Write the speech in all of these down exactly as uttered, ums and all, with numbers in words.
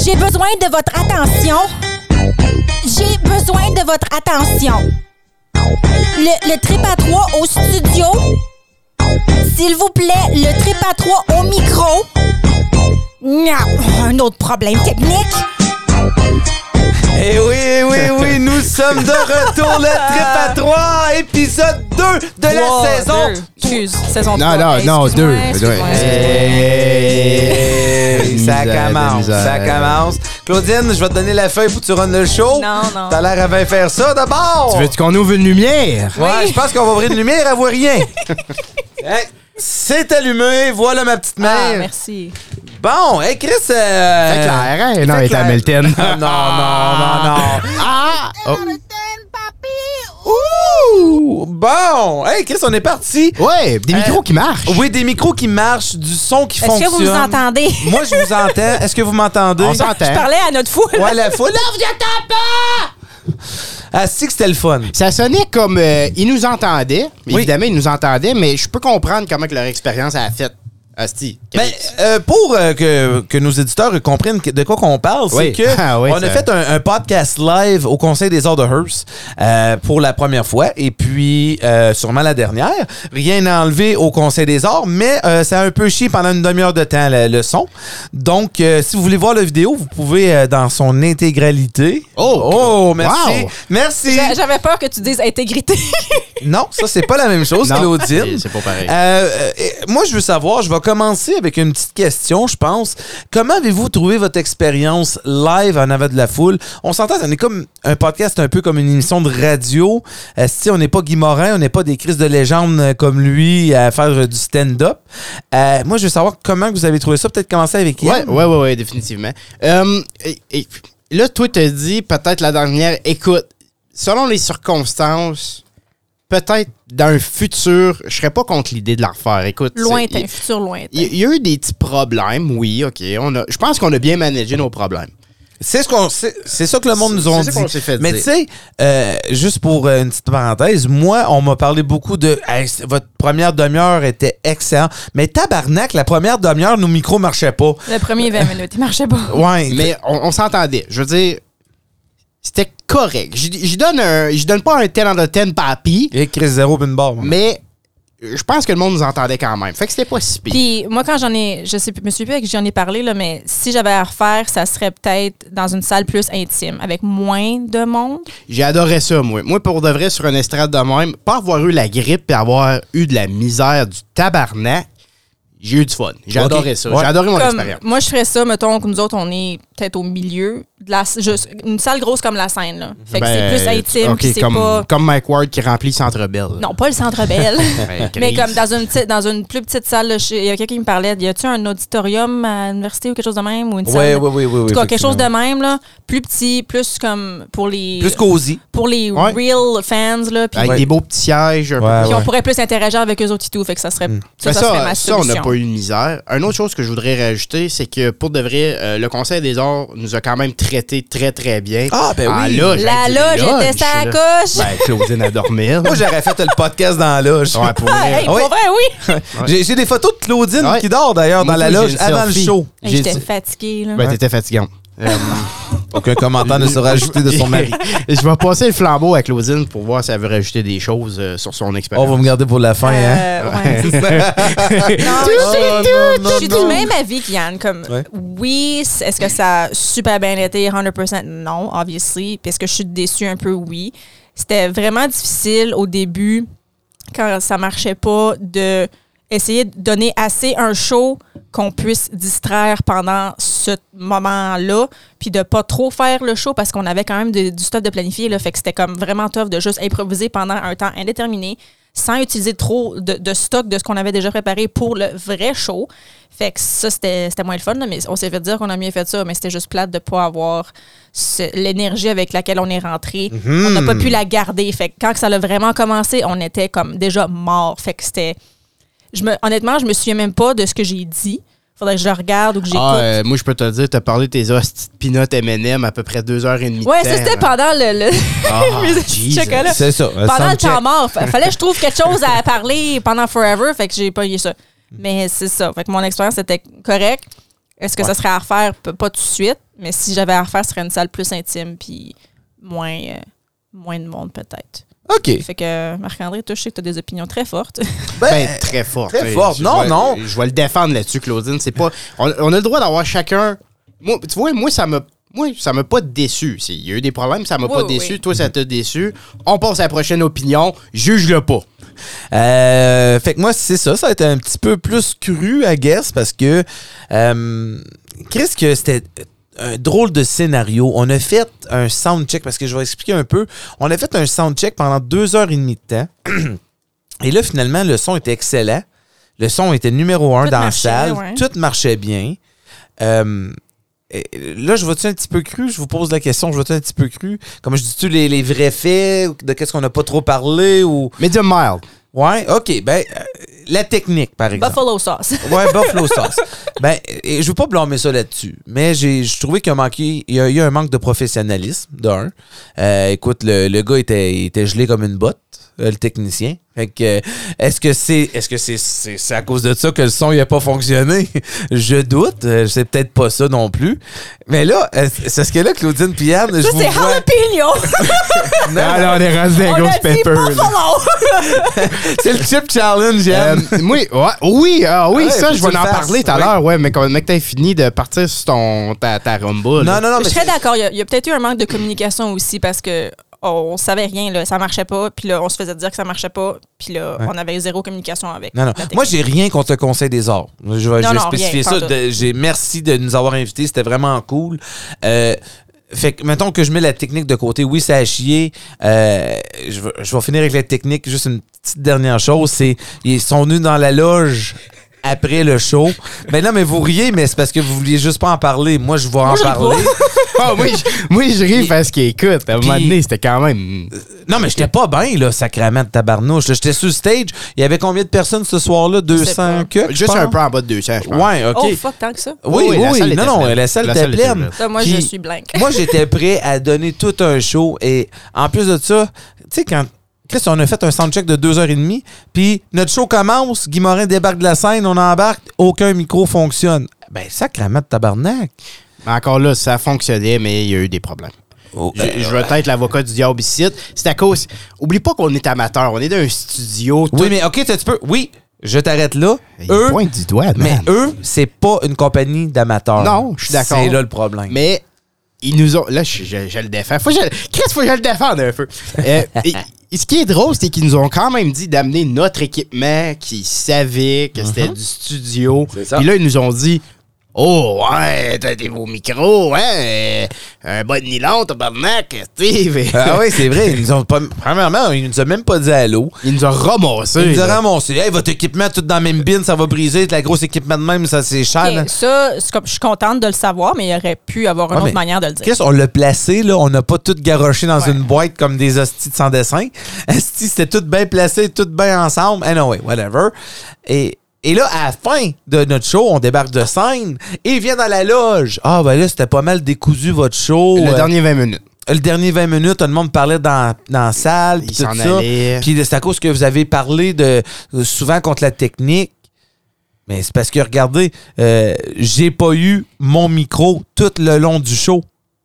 J'ai besoin de votre attention. J'ai besoin de votre attention. Le, le trip à trois au studio. S'il vous plaît, le trip à trois au micro. Non, un autre problème technique. Eh oui, eh oui, eh oui, nous sommes de retour, le trip à trois, épisode deux de la Wow, saison. Deux. Excuse, saison Non, trois. non, Hey, non, excuse-moi, deux. excuse-moi, Deux. excuse-moi. Hey, ça Misère, commence, misère. ça commence. Claudine, je vais te donner la feuille pour que tu runnes le show. Non, non. T'as l'air à bien faire ça d'abord. Tu veux-tu qu'on ouvre une lumière? Ouais, Oui. je pense qu'on va ouvrir une lumière, elle voit rien. Hey, c'est allumé, voilà ma petite mère. Ah, merci. Bon, hey Chris. Euh... Fait clair, hein? Non, Fait elle est à clair. Melton. Ah, non, non, non, non. Ah! Oh. Ouh! Bon! Hey, Chris, on est parti! Ouais, des Euh, micros qui marchent. Oui, des micros qui marchent, du son qui Est-ce fonctionne. que vous nous entendez? Moi, je vous entends. Est-ce que vous m'entendez? On s'entend. Je parlais à notre foule. Ouais, la foule. Là, vous entendez pas! Ah, c'est que c'était le fun. Ça sonnait comme euh, ils nous entendaient. Oui. Évidemment, ils nous entendaient, mais je peux comprendre comment que leur expérience a fait. Asti. Mais euh, pour euh, que, que nos éditeurs comprennent que- de quoi qu'on parle, Oui. c'est que Ah oui, on a ça- fait un, un podcast live au Conseil des arts de Hearst euh, pour la première fois et puis euh, sûrement la dernière. Rien à enlever au Conseil des arts, mais euh, ça a un peu chié pendant une demi-heure de temps le, le son. Donc, euh, si vous voulez voir la vidéo, vous pouvez euh, dans son intégralité. Oh, oh merci, wow. merci. J'a- J'avais peur que tu dises intégrité. Non, ça c'est pas la même chose, Non, Claudine. c'est- c'est pas pareil. Euh, euh, moi, je veux savoir, je vais commencer avec une petite question, je pense. Comment avez-vous trouvé votre expérience live en avant de la foule? On s'entend, on est comme un podcast, un peu comme une émission de radio. Euh, si on n'est pas Guy Morin, on n'est pas des Chris de légende euh, comme lui à faire euh, du stand-up. Euh, moi, je veux savoir comment vous avez trouvé ça. Peut-être commencer avec Yann. Ouais, ouais, ouais, ouais, définitivement. Euh, et- et- là, toi, t'as dit peut-être la dernière. Écoute, selon les circonstances, peut-être dans un futur, je serais pas contre l'idée de la refaire. Écoute, Lointain, il- futur lointain. il il y a eu des petits problèmes, oui, ok. On a, je pense qu'on a bien managé nos problèmes. C'est ce qu'on, c'est, c'est ça que le monde nous a C'est dit. ça qu'on s'est fait Mais dire. tu sais, euh, juste pour euh, une petite parenthèse, moi, on m'a parlé beaucoup de hey, c- votre première demi-heure était excellente. Mais tabarnak, la première demi-heure, nos micros marchaient pas. Le premier vingt minutes, il marchait pas. Ouais, Mais on, on s'entendait. Je veux dire, c'était correct. J'y j'y donne un, j'y donne pas un ten out of ten papi, et Chris Zéro puis une barre. mais je pense que le monde nous entendait quand même. Fait que c'était pas si pire. Puis moi, quand j'en ai, je sais, me suis plus avec qui j'en ai parlé, là, mais si j'avais à refaire, ça serait peut-être dans une salle plus intime, avec moins de monde. J'ai adoré ça, moi. Moi, pour de vrai, sur un estrade de même, pas avoir eu la grippe et avoir eu de la misère, du tabarnak, j'ai eu du fun. J'ai Ok. adoré ça. Ouais. J'ai adoré mon Comme, expérience. moi, je ferais ça, mettons que nous autres, on est peut-être au milieu de la, juste, une salle grosse comme la scène, là. Fait que Ben, c'est plus intime, ok, puis c'est comme, pas... comme Mike Ward qui remplit Centre Bell. Non, pas le Centre Bell. Ben, Mais crise. comme dans une, petite- dans une plus petite salle, là, chez- il y a quelqu'un qui me parlait, y a-tu un auditorium à l'université ou quelque chose de même? Ou une Ouais, salle? ouais, ouais, ouais, En tout cas, ouais, quelque chose de effectivement. même, là. Plus petit, plus comme pour les... Plus cosy. pour les Ouais. real fans, là. Puis Avec Ouais. des beaux petits sièges. Un peu Ouais, plus- puis on pourrait plus interagir avec eux autres et tout. Fait que ça serait, ça, Ben ça ça, serait ma ça, on solution. n'a pas eu de misère. Une autre chose que je voudrais rajouter, c'est que pour de vrai, euh, le Conseil des arts nous a quand même traités très, très bien. Ah, ben oui. loge, La avec du loge était lunch, sa là. coche. Ben, Claudine a dormi. Moi, j'aurais fait le podcast dans la loge. Ouais, pour Ah, vrai. hey, pour Oui. vrai, oui. J'ai, j'ai des photos de Claudine Ouais. qui dort d'ailleurs Moi, dans la j'ai loge une avant le selfie. show. Hey, J'ai J'étais dit- fatiguée, là. Ben, t'étais fatigante. Euh, Aucun commentaire ne sera ajouté de son mari. Je vais passer le flambeau à Claudine pour voir si elle veut rajouter des choses euh, sur son On expérience. va me garder pour la fin, hein? Euh, ouais, c'est ça. Non, Oh, je non, je suis non. du même avis qu'Yann. Comme, Ouais. oui, c- est-ce que ça a super bien été? cent pour cent non, obviously. Puis est-ce que je suis déçue un peu? Oui. C'était vraiment difficile au début, quand ça marchait pas, de essayer de donner assez un show qu'on puisse distraire pendant ce moment-là, puis de pas trop faire le show parce qu'on avait quand même de- du stuff de planifier, là, fait que c'était comme vraiment tough de juste improviser pendant un temps indéterminé sans utiliser trop de, de stock de ce qu'on avait déjà préparé pour le vrai show. Fait que ça, c'était c'était moins le fun, là, mais on s'est fait dire qu'on a mieux fait ça, mais c'était juste plate de pas avoir ce- l'énergie avec laquelle on est rentré. On n'a pas pu la garder. Fait que quand ça a vraiment commencé, on était comme déjà mort. Fait que c'était... Je me, honnêtement, je me souviens même pas de ce que j'ai dit. Faudrait que je le regarde ou que j'écoute. Ah, euh, moi, je peux te dire, t'as parlé de tes hosties de peanut M and M à peu près deux heures et demie. ouais, de ça, temps, c'était là. pendant le, le Ah, mes petits Jesus. chocolats. C'est ça. un Pendant le soundcheck. temps mort. Fa- Fallait que je trouve quelque chose à parler pendant Forever, fait que j'ai pas eu ça. Mais c'est ça. Fait que mon expérience était correcte. Est-ce que Ouais. ça serait à refaire? P- Pas tout de suite, mais si j'avais à refaire, ce serait une salle plus intime puis moins, euh, moins de monde peut-être. OK. Fait que Marc-André, toi, je sais que tu as des opinions très fortes. Ben, très fort. très tu sais. forte. Je Non, vais- non. Je vais le défendre là-dessus, Claudine. C'est pas. On, on a le droit d'avoir chacun. Moi, tu vois, moi, ça m'a. Moi, ça m'a pas déçu. C'est- Il y a eu des problèmes, ça m'a Oui, pas oui, déçu. oui. Toi, ça t'a déçu. On passe à la prochaine opinion. Juge-le pas. Euh, fait que moi, c'est ça. Ça a été un petit peu plus cru, I guess, parce que... Euh, qu'est-ce que c'était... Un drôle de scénario. On a fait un soundcheck, parce que je vais expliquer un peu. On a fait un soundcheck pendant deux heures et demie de temps. Et là, finalement, le son était excellent. Le son était numéro un Tout dans marchait, la salle. ouais. Tout marchait bien. Euh, et là, je vois-tu un petit peu cru? Je vous pose la question, je vois-tu un petit peu cru? Comme je dis-tu les, les vrais faits, ou de qu'est-ce qu'on n'a pas trop parlé? Ou... Medium mild. Ouais, OK. Ben, euh, la technique, par exemple. Buffalo sauce. Ouais, Buffalo sauce. Ben, et je veux pas blâmer ça là-dessus, mais j'ai je trouvais qu'il y a manqué, il y a, il y a un manque de professionnalisme, d'un. Euh, écoute, le, le gars était, il était gelé comme une botte, euh, le technicien. Fait que, euh, est-ce que c'est est-ce que c'est, c'est, c'est à cause de ça que le son n'a pas fonctionné? Je doute. Euh, C'est peut-être pas ça non plus. Mais là, euh, c'est ce que là, Claudine puis Yann, je Ça, vous c'est vois... jalapeno. Non, non, on est rendu On un a ghost dit pepper. là. Buffalo. C'est le chip challenge, Yann. Euh, oui, ouais, oui, ah, oui, Ouais, ça, faut je que vais tu en le fasses. parler tout à Oui. l'heure, ouais, mais quand mec, t'as fini de partir sur ton, ta, ta rumba. là. Non, non, non, Je mais serais c'est- d'accord. Il y a, il y a peut-être eu un manque de communication aussi parce que oh, on savait rien, là, ça marchait pas. Puis là, on se faisait dire que ça marchait pas. Puis là, Ouais. on avait zéro communication avec. Non, non. la technique. Moi, j'ai rien contre le Conseil des arts. Je vais, je Non, vais non, spécifier rien, ça. pas en De- j'ai, merci de nous avoir invités. C'était vraiment cool. Euh, fait que, mettons que je mets la technique de côté. Oui, ça a chié. Euh, je, vais, je vais finir avec la technique. Juste une petite dernière chose. C'est ils sont venus dans la loge après le show. Ben non, mais vous riez, mais c'est parce que vous vouliez juste pas en parler. Moi, je vais en je ris parler. Ah, oui, je, moi, je ris parce qu'écoute, à un moment Puis- donné, c'était quand même. Non, mais j'étais pas bien, là, sacrément de tabarnouche. Là, j'étais sur le stage. Il y avait combien de personnes ce soir-là? deux cents pas. que? je Juste pense? un peu en bas de deux cents, je pense. Ouais, OK. Oh, fuck, tant que ça. Oui, Oui, oui, la salle était non, non, pleine. la salle La était salle était pleine. pleine. Ça, moi, Puis, je suis blank. moi, j'étais prêt à donner tout un show. Et en plus de ça, tu sais, quand Chris, on a fait un soundcheck de deux heures et demie, puis notre show commence, Guy Morin débarque de la scène, on embarque, aucun micro fonctionne. Ben, sacrément de tabarnak. Mais encore là, ça fonctionnait, mais il y a eu des problèmes. Oh, Je, je veux être l'avocat du diable ici. C'est à cause. Oublie pas qu'on est amateur. On est dans un studio. oui, mais OK, tu peux. Oui, je t'arrête là. Il Eux, pointe du doigt, mais man. eux, c'est pas une compagnie d'amateurs. Non, je suis d'accord. C'est là le problème. Mais ils nous ont. Là, je, je- je le défends. Faut que je, Chris, faut que je le défende un peu. Euh, et- et ce qui est drôle, c'est qu'ils nous ont quand même dit d'amener notre équipement, qu'ils savaient que c'était du studio. C'est ça. Puis là, ils nous ont dit. Oh, ouais, t'as des beaux micros, ouais, euh, un bon nylon, tabarnak, Steve. Ah oui, c'est vrai. Ils nous ont pas. Premièrement, ils nous ont même pas dit allô. Il nous a ramassé. Ils nous ont là. ramassé. Hey, votre équipement, tout dans la même bin, ça va briser. La grosse équipement de même, ça, c'est cher. là. Ok, ça, c'est comme- je suis contente de le savoir, mais il aurait pu avoir une Ouais, autre mais manière de le dire. Qu'est-ce qu'on l'a placé, là? On n'a pas tout garoché dans Ouais. une boîte comme des hosties de sans dessin. Hosties, c'était tout bien placé, tout bien ensemble. Anyway, whatever. Et, et là, à la fin de notre show, on débarque de scène et il vient dans la loge. Ah, ben là, c'était pas mal décousu, votre show. Le Euh, dernier vingt minutes. le dernier vingt minutes, tout le monde parlait dans, dans la salle. Il Puis tout s'en ça. allait. Puis c'est à cause que vous avez parlé de souvent contre la technique. Mais c'est parce que, regardez, euh, j'ai pas eu mon micro tout le long du show.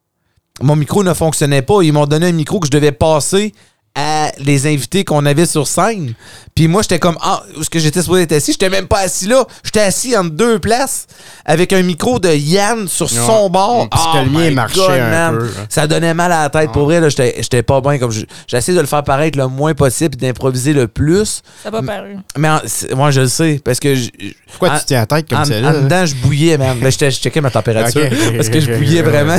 Mon micro ne fonctionnait pas. Ils m'ont donné un micro que je devais passer à les invités qu'on avait sur scène. Puis moi, j'étais comme, ah, où est-ce que j'étais supposé être assis? J'étais même pas assis là. J'étais assis entre deux places avec un micro de Yann sur Ouais. son bord. Parce que Oh le mien my marchait God, un man. peu, hein. Ça donnait mal à la tête. Pour vrai, là, j'étais j'étais pas bien. Comme je- J'ai essayé de le faire paraître le moins possible et d'improviser le plus. Ça n'a pas paru. Mais en- c'est- moi, je le sais. Parce que je- Pourquoi en- tu tiens la tête comme en, ça, en là? dedans, je bouillais, man. Là, j'étais- je checkais ma température Ok. parce que je bouillais vraiment.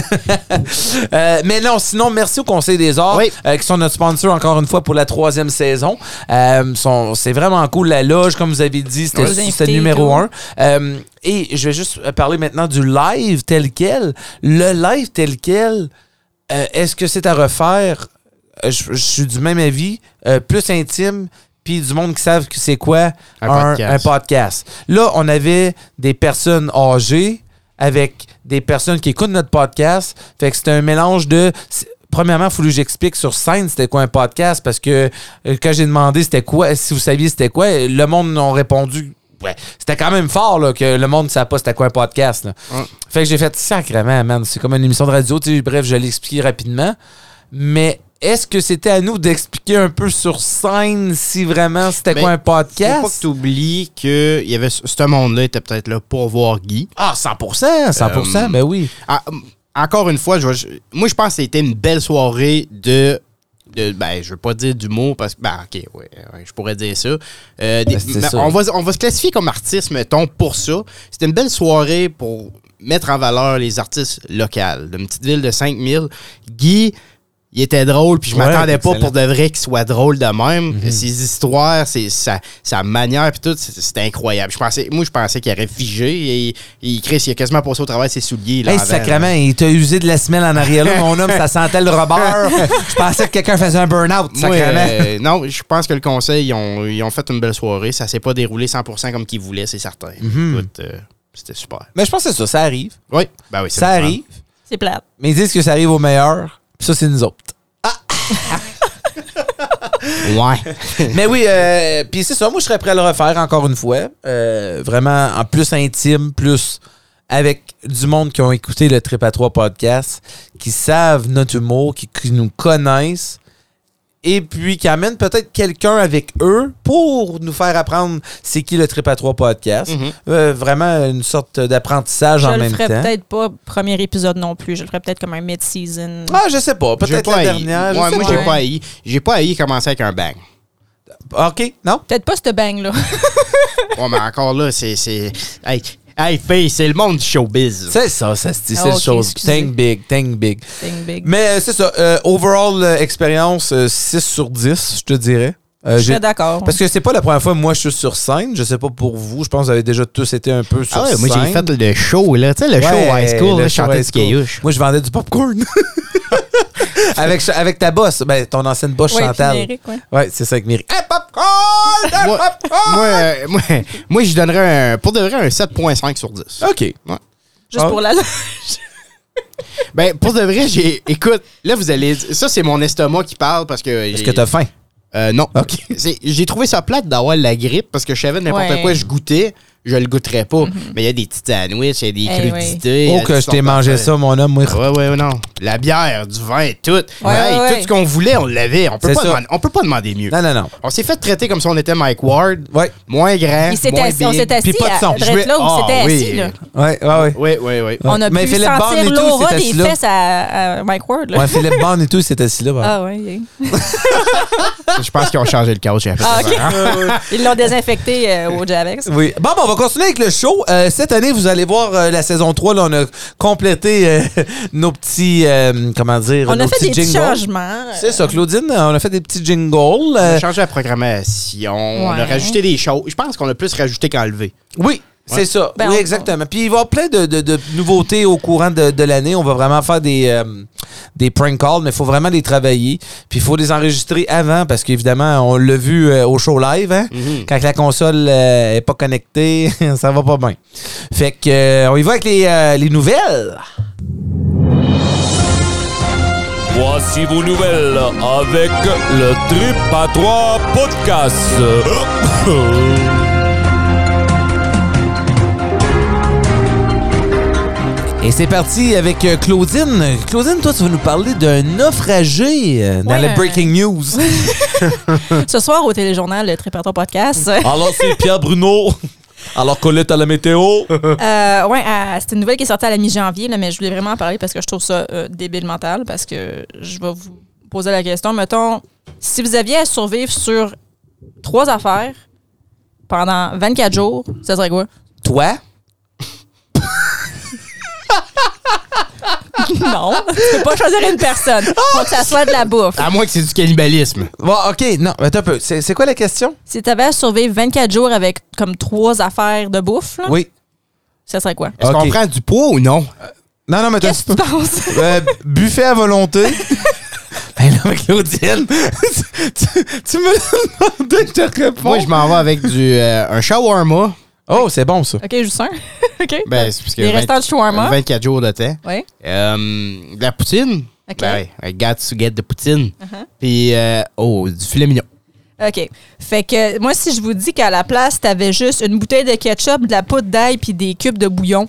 Euh, mais non, sinon, merci au Conseil des Arts Oui. euh, qui sont notre sponsor encore une fois pour la troisième saison. Euh, sont- c'est vraiment cool. La loge, comme vous avez dit, c'était Ouais. Aux c'était invités et numéro tout. un. Euh, et je vais juste parler maintenant du live tel quel. Le live tel quel, euh, est-ce que c'est à refaire? Euh, je, je suis du même avis. Euh, plus intime, puis du monde qui savent que c'est quoi Un un, podcast. un podcast. Là, on avait des personnes âgées avec des personnes qui écoutent notre podcast. Fait que c'était un mélange de... c'est- Premièrement, il faut que j'explique sur scène c'était quoi un podcast parce que euh, quand j'ai demandé c'était quoi, si vous saviez c'était quoi, le monde n'a répondu ouais, c'était quand même fort là, que le monde ne savait pas c'était quoi un podcast. Là. Ouais. Fait que j'ai fait sacrément, man. C'est comme une émission de radio. Tu sais, bref, je l'ai expliqué rapidement. Mais est-ce que c'était à nous d'expliquer un peu sur scène si vraiment c'était Mais quoi un podcast? Faut pas que tu oublies que y avait ce monde-là était peut-être là pour voir Guy. Ah, cent pour cent, cent pour cent, Euh, ben oui. Ah, encore une fois, je vais- je- moi, je pense que c'était une belle soirée de. de ben, je veux pas dire d'humour parce que. Ben, ok, ouais, ouais, je pourrais dire ça. Euh, des- Ben, c'est mais ça. on, va, on va se classifier comme artiste, mettons, pour ça. C'était une belle soirée pour mettre en valeur les artistes locaux d'une petite ville de cinq mille. Guy. Il était drôle, puis je Ouais, m'attendais pas excellent. pour de vrai qu'il soit drôle de même. Mhm. Ses histoires, ses, sa, sa manière, puis tout, c'est- c'était incroyable. Je pensais, moi, je pensais qu'il aurait figé. Et, et Chris, il a quasiment passé au travail ses souliers. Là, Hey, avant, sacrément, là. il t'a usé de la semelle en arrière là, mon homme, ça sentait le rebord. Je pensais que quelqu'un faisait un burn-out, Moi, sacrément. euh, non, je pense que le conseil, ils ont, ils ont fait une belle soirée. Ça s'est pas déroulé cent pour cent comme qu'ils voulaient, c'est certain. Mhm. Écoute, euh, c'était super. Mais je pense que c'est ça, ça arrive. Oui, ben oui, c'est Ça le fun. arrive, C'est plate. mais ils disent que ça arrive aux meilleurs, puis ça, c'est nous autres. Ouais. Mais oui, euh, puis c'est ça, moi je serais prêt à le refaire encore une fois. Euh, vraiment en plus intime, plus avec du monde qui ont écouté le Trip à trois podcast, qui savent notre humour, qui, qui nous connaissent, et puis qui amènent peut-être quelqu'un avec eux pour nous faire apprendre c'est qui le Trip à trois podcast. Mhm. Euh, vraiment une sorte d'apprentissage Je en le même ferais temps. peut-être pas premier épisode non plus. Je le ferais peut-être comme un mid-season. Ah, je sais pas, J'ai peut-être pas la haï. dernière. je Ouais, sais moi, pas. j'ai pas haï. J'ai pas haï commencer avec un bang. OK, non? Peut-être pas ce bang-là. Ouais, mais encore là, c'est. c'est... Hey, hey, fille, c'est le monde du showbiz. C'est ça, ça c'est Ah, c'est ok, le chose. excusez. Think big, think big. Think big. Mais euh, c'est ça. euh, overall, euh, expérience, euh, six sur dix, je te dirais. Euh, Je j'ai- suis d'accord. Parce que c'est pas la première fois que moi je suis sur scène. Je sais pas pour vous. Je pense que vous avez déjà tous été un peu sur Ah ouais, scène. moi, j'ai fait le show, là. Tu sais, le show Ouais, high school, le là, je show chantais high du school. caillouche. Moi, je vendais du popcorn. avec, avec ta boss. Ben, ton ancienne boss, Ouais, Chantal. puis Méric, ouais. Ouais, c'est ça avec Myrick. Hey, popcorn! Hey, Moi, popcorn! moi, euh, moi, moi, je donnerais, un, pour de vrai, un sept virgule cinq sur dix. OK. Juste Ah. pour la. Ben, pour de vrai, j'ai. Écoute, là, vous allez. Ça, c'est mon estomac qui parle parce que. Est-ce j'ai- que t'as faim? Euh, non. OK. C'est- J'ai trouvé ça plate d'avoir la grippe parce que je savais n'importe Ouais. quoi je goûtais, je le goûterais pas. Mais il y a des petits sandwichs, il y a des Eh crudités. il y Oh, a que toutes je t'ai sortes mangé d'affaires. ça, mon homme. Moi. Ouais, ouais, ouais, non. La bière, du vin, tout. Ouais, Hey, ouais, tout ouais. ce qu'on voulait, on l'avait. On peut C'est pas ça. demander, on peut pas demander mieux. Non, non, non. On s'est fait traiter comme si on était Mike Ward. Ouais. Moins grand. Il s'était moins assis, on big. s'était assis Puis pas de à son. Je Drette vais- là où Ah, c'était oui. assis. Là. Ouais, ouais, ouais. Oui, oui, oui. On a Mais pu Philippe Bond sentir et tout, l'aura c'est des assis là. fesses à, à Mike Ward. Là. Ouais, Philippe Bond et tout, c'est assis là. ouais. Ah oui. Je pense qu'ils ont changé le couch après Ah, ça. ok. Ils l'ont désinfecté euh, au Javex. Oui. Bon, ben, on va continuer avec le show. Euh, cette année, vous allez voir euh, la saison trois. Là, on a complété euh, nos petits, euh, comment dire, On nos a fait petits des petits jingles. changements. C'est ça, Claudine. On a fait des petits jingles. On euh, a changé la programmation, on a Ouais. rajouté des choses. Je pense qu'on a plus rajouté qu'enlevé. oui. C'est ça, Ben, oui, on- exactement. Puis il va y avoir plein de, de- de nouveautés au courant de, de l'année. On va vraiment faire des, euh, des prank calls, mais il faut vraiment les travailler. Puis il faut les enregistrer avant, parce qu'évidemment, on l'a vu euh, au show live, hein? Mhm. Quand la console euh, est pas connectée, ça va pas bien. Fait que euh, on y va avec les, euh, les nouvelles. Voici vos nouvelles avec le Trip à trois podcast. Et c'est parti avec euh, Claudine. Claudine, toi, tu vas nous parler d'un naufragé euh, dans Ouais, le euh, Breaking News. Ce soir, au téléjournal, le Trépateur Podcast. Alors, c'est Pierre Bruno. Alors, Colette à la météo. Euh, ouais, euh, c'est une nouvelle qui est sortie à la mi-janvier, là, mais je voulais vraiment en parler parce que je trouve ça euh, débile mental. Parce que je vais vous poser la question. Mettons, si vous aviez à survivre sur trois affaires pendant vingt-quatre jours, ça serait quoi? Toi? Non, tu peux pas choisir une personne. Faut que ça soit de la bouffe. À moins que c'est du cannibalisme. Bon, OK. Non, attends un peu. C'est c'est quoi la question? Si tu avais à survivre vingt-quatre jours avec comme trois affaires de bouffe, là, Oui. ça serait quoi? Est-ce Ok. qu'on prend du poids ou non? Non, non, mais Qu'est-ce que tu penses? Euh, buffet à volonté. Ben là, Claudine, tu, tu, tu me l'as demandé, je te réponds. Moi, je m'en vais avec du euh, un shawarma. Oh, c'est bon, ça. OK, juste un. OK. Ben, c'est parce que Les vingt- restants de shawarma. vingt-quatre jours de temps. Oui. Euh, de la poutine. OK. Ben, ouais, I got to get de poutine. Uh-huh. Puis, euh, oh, du filet mignon. OK. Fait que moi, si je vous dis qu'à la place, t'avais juste une bouteille de ketchup, de la poudre d'ail puis des cubes de bouillon.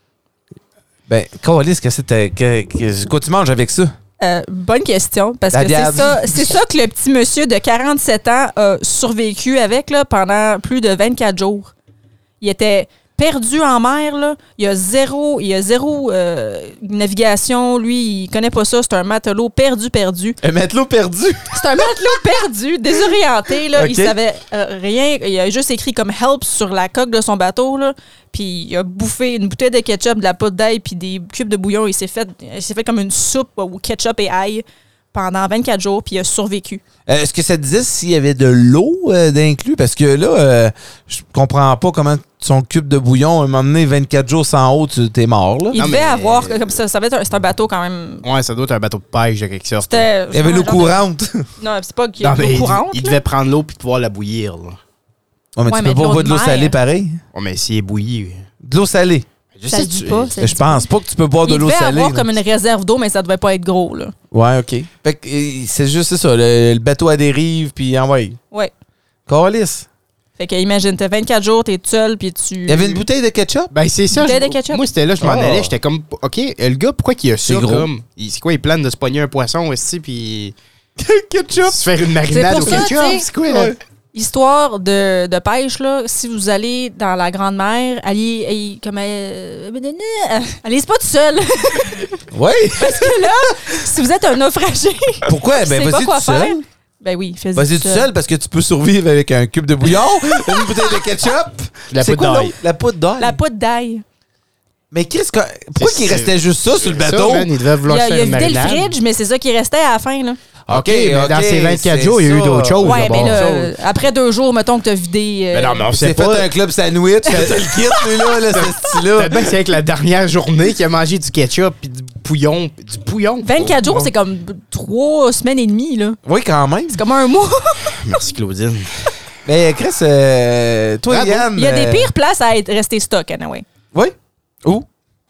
Ben, Coralis, qu'est-ce que c'était? Que, que, quoi tu manges avec ça? Euh, bonne question, parce La que c'est diable. ça, c'est ça que le petit monsieur de quarante-sept ans a survécu avec là, pendant plus de vingt-quatre jours. Il était perdu en mer, là. Il y a zéro, il y a zéro euh, navigation. Lui, il connaît pas ça. C'est un matelot perdu, perdu. Un matelot perdu? C'est un matelot perdu, désorienté. Là. OK. Il savait euh, rien. Il a juste écrit comme « help » sur la coque de son bateau. Là. Puis il a bouffé une bouteille de ketchup, de la poudre d'ail puis des cubes de bouillon. Il s'est fait, il s'est fait comme une soupe au ketchup et ail pendant vingt-quatre jours, puis il a survécu. Euh, est-ce que ça te disait s'il y avait de l'eau euh, d'inclus? Parce que là, euh, je comprends pas comment son cube de bouillon, à un moment donné, vingt-quatre jours sans eau, tu t'es mort, là. Il Non, devait mais- avoir, comme ça, ça va être un, c'est un bateau quand même. Ouais, ça doit être un bateau de pêche de quelque sorte. C'était. Il y avait l'eau genre de- courante. Non, c'est pas qu'il y Non, a de mais l'eau il, courante. il là. devait prendre l'eau puis pouvoir la bouillir. Là. Ouais, mais Ouais, tu mais peux de pas l'eau boire de de l'eau mer. salée pareil. Ouais, mais s'il est bouilli. De l'eau salée. Je Ça sais, se dit tu- pas. ça Je se dit pas. pense pas que tu peux boire de Il l'eau devait salée. avoir là. comme une réserve d'eau, mais ça devait pas être gros, là. Ouais, OK. Fait que euh, c'est juste c'est ça, le, le bateau à dérive, puis envoie. Ouais. Coralis. Fait que imagine, t'as vingt-quatre jours, t'es tout seul, puis tu. Il y avait une bouteille de ketchup? Ben, c'est ça. Bouteille je- de ketchup. Moi, c'était là, je m'en Oh. allais. J'étais comme, OK, le gars, pourquoi qu'il a ça? C'est gros. Comme, il- c'est quoi, il plane de se pogner un poisson aussi, puis. ketchup? Se faire une C'est marinade pour au ça, ketchup? tu sais, C'est quoi, là? Histoire de, de pêche, là, si vous allez dans la Grande Mer, allez, allez, comme, euh, allez pas tout seul. Oui. Parce que là, si vous êtes un naufragé, Pourquoi? tu Ben, sais pas vas-y quoi tout seul. faire. Ben oui, fais-y Vas-y tout seul parce que tu peux survivre avec un cube de bouillon, une bouteille de ketchup. La C'est poudre quoi d'ail. l'autre? La poudre d'ail. La poudre d'ail. Mais qu'est-ce que. Pourquoi C'est- qu'il restait juste ça sur le bateau? Ça, man, il devait Il vouloir a, se il faire a une vidé le marinade. fridge, mais c'est ça qui restait à la fin, là. OK, mais dans ces vingt-quatre jours, il y a eu d'autres choses. Ouais, là, mais bon. là, euh, après deux jours, mettons que t'as vidé. euh, Mais non, mais on On sait s'est pas. fait un club sandwich, t'as le kit, lui, là, là, ce style-là. Peut-être bien que c'est avec la dernière journée qu'il a mangé du ketchup puis du pouillon. Du pouillon. vingt-quatre jours, c'est comme trois semaines et demie, là. Oui, quand même. C'est comme un mois. Merci, Claudine. Mais Chris, euh, toi, Bravo. Yann. Il y a des euh, pires places à être resté stock, anyway. Oui. Où?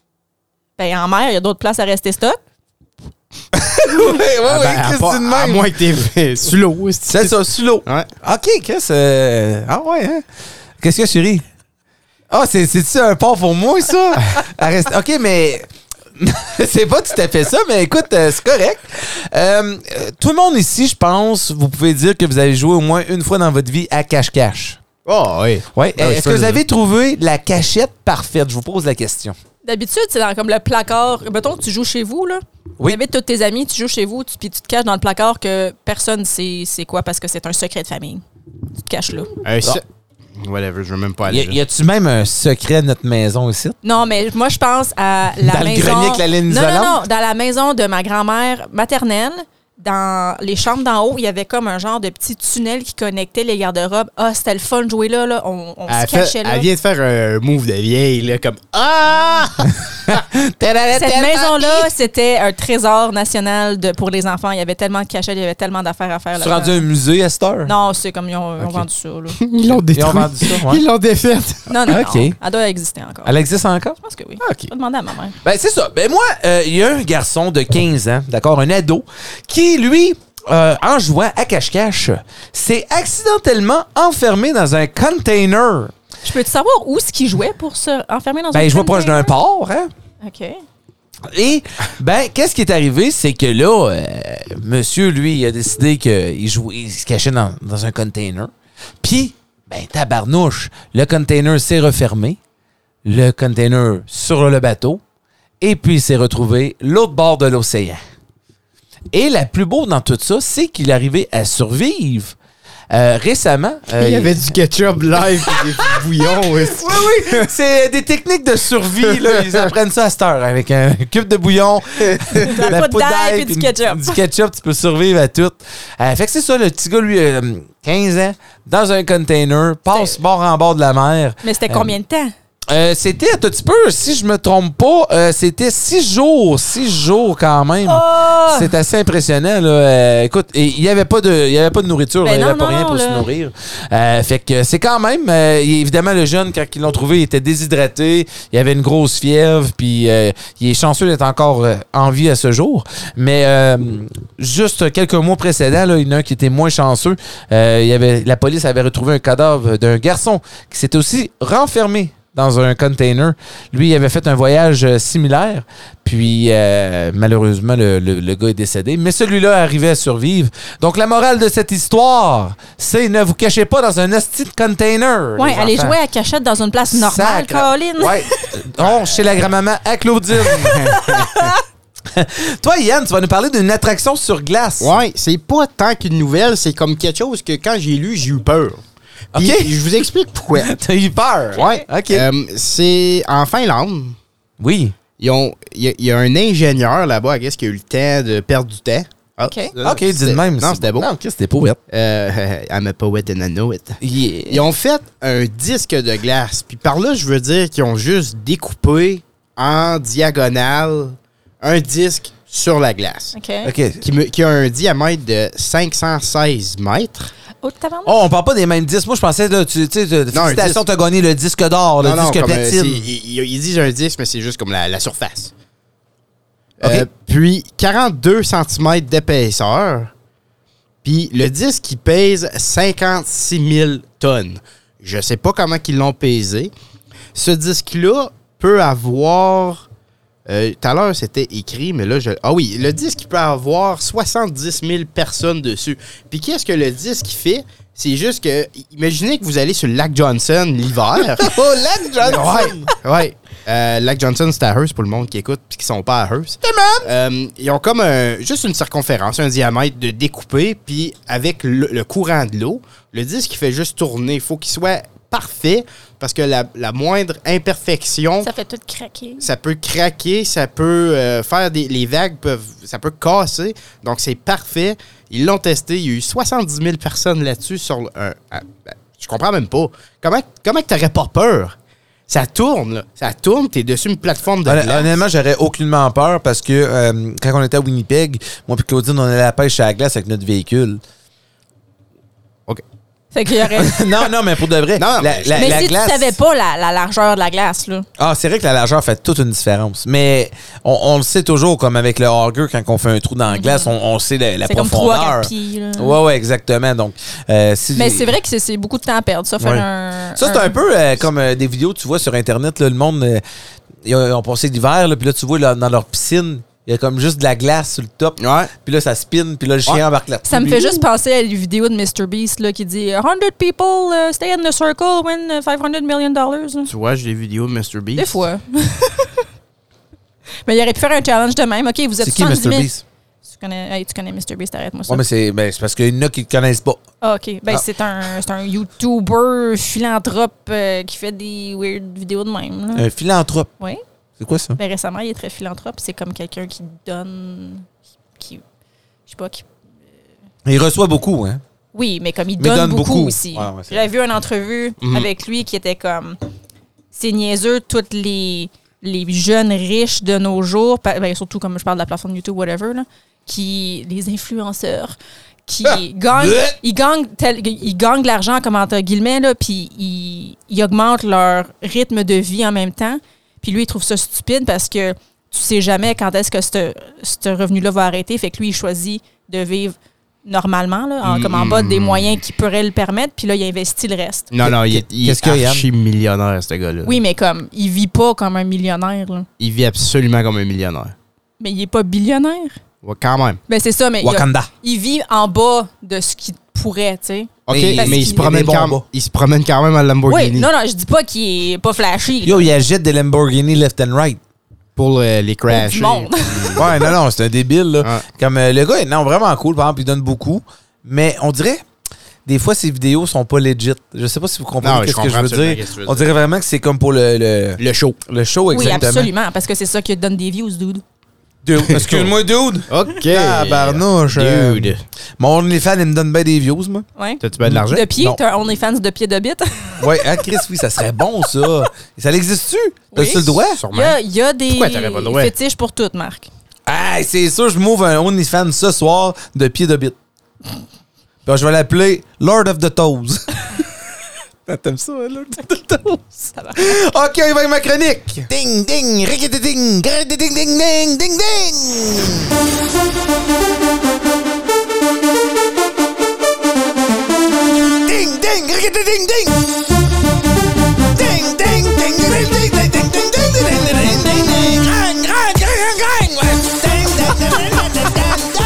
Ben, en mer, il y a d'autres places à rester stock. oui, oui, Ah oui, ben, à, Chris, part- c'est de à même. moins que t'es sous l'eau. C'est ça, sous l'eau. Ouais. OK, Chris. euh, Ah ouais, hein? Qu'est-ce que je chérie? Ah, c'est, c'est-tu un port pour moi, ça? À rester- OK, mais... c'est pas tout à fait ça, mais écoute, euh, c'est correct. Euh, euh, tout le monde ici, je pense, vous pouvez dire que vous avez joué au moins une fois dans votre vie à cache-cache. Oh, oui. Ouais. Ah oui, Est-ce c'est que pas vous le- avez trouvé la cachette parfaite? Je vous pose la question. D'habitude, c'est dans comme le placard. Mettons que tu joues chez vous, là. Oui. Tu invites tous tes amis, tu joues chez vous, tu- puis tu te caches dans le placard que personne ne sait c'est quoi parce que c'est un secret de famille. Tu te caches là. Un se- Whatever, je veux même pas Y, aller. a- y a-tu même un secret de notre maison ici? Non, mais moi, je pense à la Dans le maison... grenier avec la laine non, non, isolante? non. Dans la maison de ma grand-mère maternelle, dans les chambres d'en haut, il y avait comme un genre de petit tunnel qui connectait les garde-robes. Ah, c'était le fun de jouer là. là. On, on Elle, se fait- cachait là. elle vient de faire un move de vieille, là, comme Ah! Cette maison-là, c'était un trésor national de, pour les enfants. Il y avait tellement de cachettes, il y avait tellement d'affaires à faire. Tu là. rendu un musée à cette heure? Non, c'est comme ils ont, ils ont Ok. vendu ça. Là. Ils l'ont détruit. Ils ont vendu ça, ouais. Ils l'ont défaite. Non, non, Ok. non. Elle doit exister encore. Elle existe encore? Je pense que oui. Ah, ok. Je vais demander à ma mère. Ben, c'est ça. Ben, moi, euh, il y a un garçon de quinze ans, d'accord, un ado, qui, lui, euh, en jouant à cache-cache, s'est accidentellement enfermé dans un container. Je peux-tu savoir où est-ce qu'il jouait pour se enfermer dans un Ben, il jouait proche d'un container? port, hein? OK. Et, ben, qu'est-ce qui est arrivé? C'est que là, euh, monsieur, lui, il a décidé qu'il jouait, il se cachait dans, dans un container. Puis, ben, tabarnouche, le container s'est refermé. Le container sur le bateau. Et puis, il s'est retrouvé l'autre bord de l'océan. Et la plus beau dans tout ça, c'est qu'il est arrivé à survivre. Euh, récemment... euh, Il y avait du ketchup live et des bouillons aussi. Oui, oui, c'est des techniques de survie. Là. Ils apprennent ça à cette heure avec un cube de bouillon, La poudre d'ail puis du puis ketchup. Du ketchup, tu peux survivre à tout. Euh, fait que c'est ça, le petit gars, lui, euh, quinze ans, dans un container, passe bord en bord de la mer. Mais c'était combien de temps? Euh, c'était un petit peu, si je me trompe pas, euh, c'était six jours. Six jours quand même. Oh! C'est assez impressionnant. Là. Euh, écoute, il n'y avait pas de, il y avait pas de nourriture. Ben Il n'y non, avait pas non, rien non, pour là. se nourrir. Euh, fait que c'est quand même... Euh, évidemment, le jeune, quand ils l'ont trouvé, il était déshydraté. Il avait une grosse fièvre. Puis euh, il est chanceux d'être encore euh, en vie à ce jour. Mais euh, juste quelques mois précédents, là, il y en a un qui était moins chanceux. Euh, il y avait, la police avait retrouvé un cadavre d'un garçon qui s'était aussi renfermé dans un container. Lui, il avait fait un voyage euh, similaire, puis euh, malheureusement, le, le, le gars est décédé. Mais celui-là arrivait à survivre. Donc, la morale de cette histoire, c'est ne vous cachez pas dans un hostie de container. Ouais, les allez enfants. jouer à cachette dans une place normale, Sacre. Colin. Ouais. On, chez la grand-maman à Claudine. Toi, Yann, tu vas nous parler d'une attraction sur glace. Ouais, c'est pas tant qu'une nouvelle, c'est comme quelque chose que quand j'ai lu, j'ai eu peur. Puis, OK. je vous explique pourquoi. T'as eu peur? Ouais. OK. Euh, c'est en Finlande. Oui. Ils ont, il y, a- il y a un ingénieur là-bas, I guess, qui a eu le temps de perdre du temps. Ah, OK. ça, OK, dis c'était- de même. Non, c'était beau. Non, OK, c'était poète. Euh, I'm a poet and I know it. Yeah. Ils ont fait un disque de glace. Puis par là, je veux dire qu'ils ont juste découpé en diagonale un disque sur la glace. OK. OK. Qui, me- qui a un diamètre de cinq cent seize mètres. Oh, tabarnak. Oh, on parle pas des mêmes disques. Moi, je pensais, là, tu sais, de- Non, un félicitations, disque. t'as gagné le disque d'or, le Non, non, disque comme, euh, platine. c'est- ils, ils disent un disque, mais c'est juste comme la, la surface. OK. Euh, puis quarante-deux centimètres d'épaisseur. Puis le disque, il pèse cinquante-six mille tonnes. Je sais pas comment ils l'ont pesé. Ce disque-là peut avoir... euh, Tout à l'heure, c'était écrit, mais là, je... Ah oui, le disque, il peut avoir soixante-dix mille personnes dessus. Puis qu'est-ce que le disque fait? C'est juste que... Imaginez que vous allez sur le lac Johnson l'hiver. Oh, Lac Johnson! Ouais, ouais. Euh, Lac Johnson, c'est à Hearst pour le monde qui écoute puis qui sont pas à Hearst. Euh, ils ont comme un- juste une circonférence, un diamètre de découpé, puis avec le, le courant de l'eau, le disque il fait juste tourner. Il faut qu'il soit parfait parce que la, la moindre imperfection, Ça fait tout craquer. ça peut craquer, ça peut euh, faire des... Les vagues peuvent... Ça peut casser. Donc, c'est parfait. Ils l'ont testé. Il y a eu soixante-dix mille personnes là-dessus sur le- un... un- je comprends même pas. Comment comment que t'aurais pas peur? Ça tourne, là. Ça tourne, t'es dessus une plateforme de Honn- glace. Honnêtement, j'aurais aucunement peur parce que euh, quand on était à Winnipeg, moi et Claudine, on allait à la pêche à la glace avec notre véhicule. OK. Fait qu'il y aurait... non, non, mais pour de vrai, Non, la, la- Mais la si glace... tu savais pas la, la largeur de la glace, là. Ah, c'est vrai que la largeur fait toute une différence. Mais on, on le sait toujours, comme avec le auger, quand on fait un trou dans la glace, on, on sait la, la C'est comme trois profondeur. quatre pieds, là. Ouais, ouais, exactement. Donc, euh, si Mais c'est vrai que c'est- c'est beaucoup de temps à perdre, ça, faire Ouais. un... Ça, c'est un peu euh, comme euh, des vidéos que tu vois sur Internet. Là, le monde, euh, ils ont, ils ont passé l'hiver, là, puis là, tu vois là, dans leur piscine, il y a comme juste de la glace sur le top. Ouais. Puis là, ça spin, puis là, le chien Ouais. embarque là-dessus. Ça me fait juste penser à une vidéo de mister Beast là, qui dit one hundred people uh, stay in the circle, win uh, five hundred million dollars. Tu vois, j'ai des vidéos de mister Beast. Des fois. Mais il aurait pu faire un challenge de même. OK, vous êtes C'est qui, soixante-dix mister mille. Beast? Tu connais, hey, tu connais mister Beast, arrête-moi ça. Ouais, mais c'est ben, c'est parce qu'il y en a qui ne connaissent pas. Ah, OK. Ben, Ah. c'est un, c'est un YouTuber philanthrope euh, qui fait des weird vidéos de même. Là. Un philanthrope. Oui. C'est quoi ça? Ben, récemment, il est très philanthrope. C'est comme quelqu'un qui donne... qui Je sais pas, qui... Il reçoit beaucoup, hein? Oui, mais comme il Mais donne, donne beaucoup, beaucoup. aussi. Ouais, ouais, c'est J'avais vu une entrevue Mhm. avec lui qui était comme... C'est niaiseux, toutes les, les jeunes riches de nos jours, pa- ben, surtout comme je parle de la plateforme YouTube, whatever, là, qui, les influenceurs, qui Ah! gagnent, Bleh! ils gagnent, tel- ils gagnent de l'argent, comme entre guillemets, là, puis ils, ils augmentent leur rythme de vie en même temps. Puis lui, il trouve ça stupide parce que tu sais jamais quand est-ce que ce ce revenu-là va arrêter. Fait que lui, il choisit de vivre normalement, là, en, comme en bas des moyens qui pourraient le permettre. Puis là, il investit le reste. Non, non, il est, il Qu'est-ce est qu'il y a, Yann? archi-millionnaire, ce gars-là. Oui, mais comme, il vit pas comme un millionnaire, là. Il vit absolument comme un millionnaire. Mais il est pas billionnaire. Ouais, quand même. Ben, c'est ça, mais il, a- Wakanda. il vit en bas de ce qu'il pourrait, tu sais. OK, Mais- mais, parce il, qu'il- se il promène est bon quand, bas. il se promène quand même à Oui, Lamborghini non, non, je dis pas qu'il est pas flashy. Yo, il achète des Lamborghini left and right. pour euh, les Pour crasher. du monde. Ouais, non, non, c'est un débile, là. Ouais. Comme euh, le gars est non, vraiment cool, par exemple, il donne beaucoup. Mais on dirait, des fois, ses vidéos sont pas legit. Je sais pas si vous comprenez Non, je ce que je comprends veux absolument dire. qu'est-ce que tu veux On dire. dirait vraiment que c'est comme pour le, le, Le show. le show, Oui, exactement. absolument, parce que c'est ça qui donne des views, dude. Dude. Excuse-moi, dude. OK. Tabarnouche. euh, Dude. Mon OnlyFans, il me donne bien des views, moi. Ouais. T'as-tu bien de l'argent? De pied, Non. t'as un OnlyFans de pied de bite. Ouais, hein, Chris, oui, ça serait bon, ça. Ça l'existe-tu? T'as-tu le droit? Il y a, il y a des Pourquoi t'aurais pas le droit? fétiches pour toutes, Marc. Hey, c'est sûr, je m'ouvre un OnlyFans ce soir de pied de bite. Puis je vais l'appeler Lord of the Toes. T'aimes ça, hein, Lord of the Toes? Ça va. OK, on y va avec ma chronique. Ding, ding, rickety ding, ding, ding, ding, ding, ding, ding. Ding, ding, rickety ding, ding. Ding, ding, ding, ding, ding, ding, ding, ding, ding, ding, ding, ding, ding, ding. Grang, grang, grang, grang, grang. Ding, ding, ding, ding, ding, ding,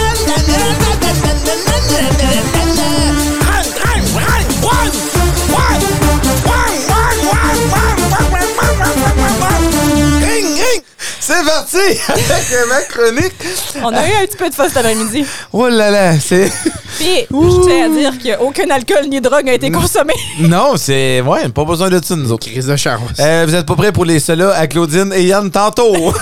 c'est parti avec ma chronique. On a eu un petit peu de fun cet après-midi. Oh là là, c'est... Puis, je tiens à dire qu'aucun alcool ni drogue n'a été consommé. Non, c'est... Ouais, pas besoin de ça, nous autres. Crise de chance. Euh, vous êtes pas prêts pour les ceux-là à Claudine et Yann tantôt? OK,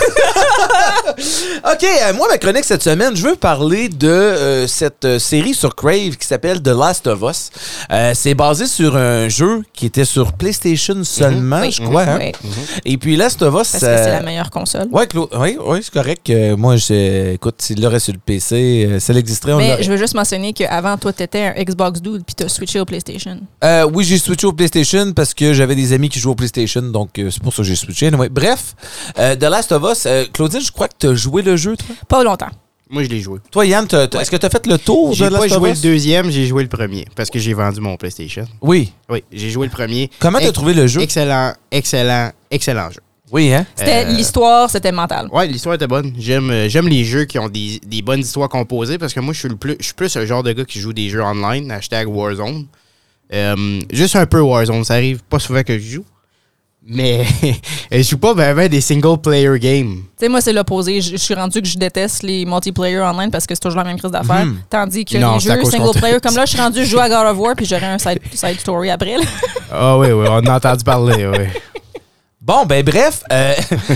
euh, moi, ma chronique cette semaine, je veux parler de euh, cette euh, série sur Crave qui s'appelle The Last of Us. Euh, c'est basé sur un jeu qui était sur PlayStation seulement, Oui. je crois. Hein? Oui. Et puis Last of Us... Parce que euh, c'est la meilleure console. Ouais, Cla- oui, oui, c'est correct. Euh, moi, je, écoute, s'il l'aurait sur le P C, euh, ça l'existerait, on Mais l'aurait. je veux juste mentionner qu'avant, toi, t'étais un Xbox dude puis t'as switché au PlayStation. Euh, oui, j'ai switché au PlayStation parce que j'avais des amis qui jouaient au PlayStation, donc euh, c'est pour ça que j'ai switché. Anyway, bref, euh, The Last of Us, euh, Claudine, je crois que tu as joué le jeu, toi. Pas longtemps. Moi, je l'ai joué. Toi, Yann, t'as- t'as- est-ce que tu as fait le tour de J'ai The pas Last of joué le Us? deuxième, j'ai joué le premier parce que j'ai vendu mon PlayStation. Oui. Oui, j'ai joué le premier. Comment t'as Ex- trouvé le jeu? Excellent, excellent, excellent jeu. Oui, hein? C'était Euh, l'histoire, c'était mental. Ouais, l'histoire était bonne. J'aime euh, j'aime les jeux qui ont des, des bonnes histoires composées parce que moi, je suis le plus je suis plus un genre de gars qui joue des jeux online, hashtag Warzone. Euh, juste un peu Warzone, ça arrive pas souvent que je joue. Mais je joue pas ben, ben des single player games. Tu sais, moi, c'est l'opposé. Je je suis rendu que je déteste les multiplayer online parce que c'est toujours la même crise d'affaires. Mhm. Tandis que Non, les c'est à jeux cause single qu'on te- player, comme là, je suis rendu, je joue à God of War puis j'aurai un side, side story après. là. Ah oui, oui, on a entendu parler, oui. Bon, ben bref, euh,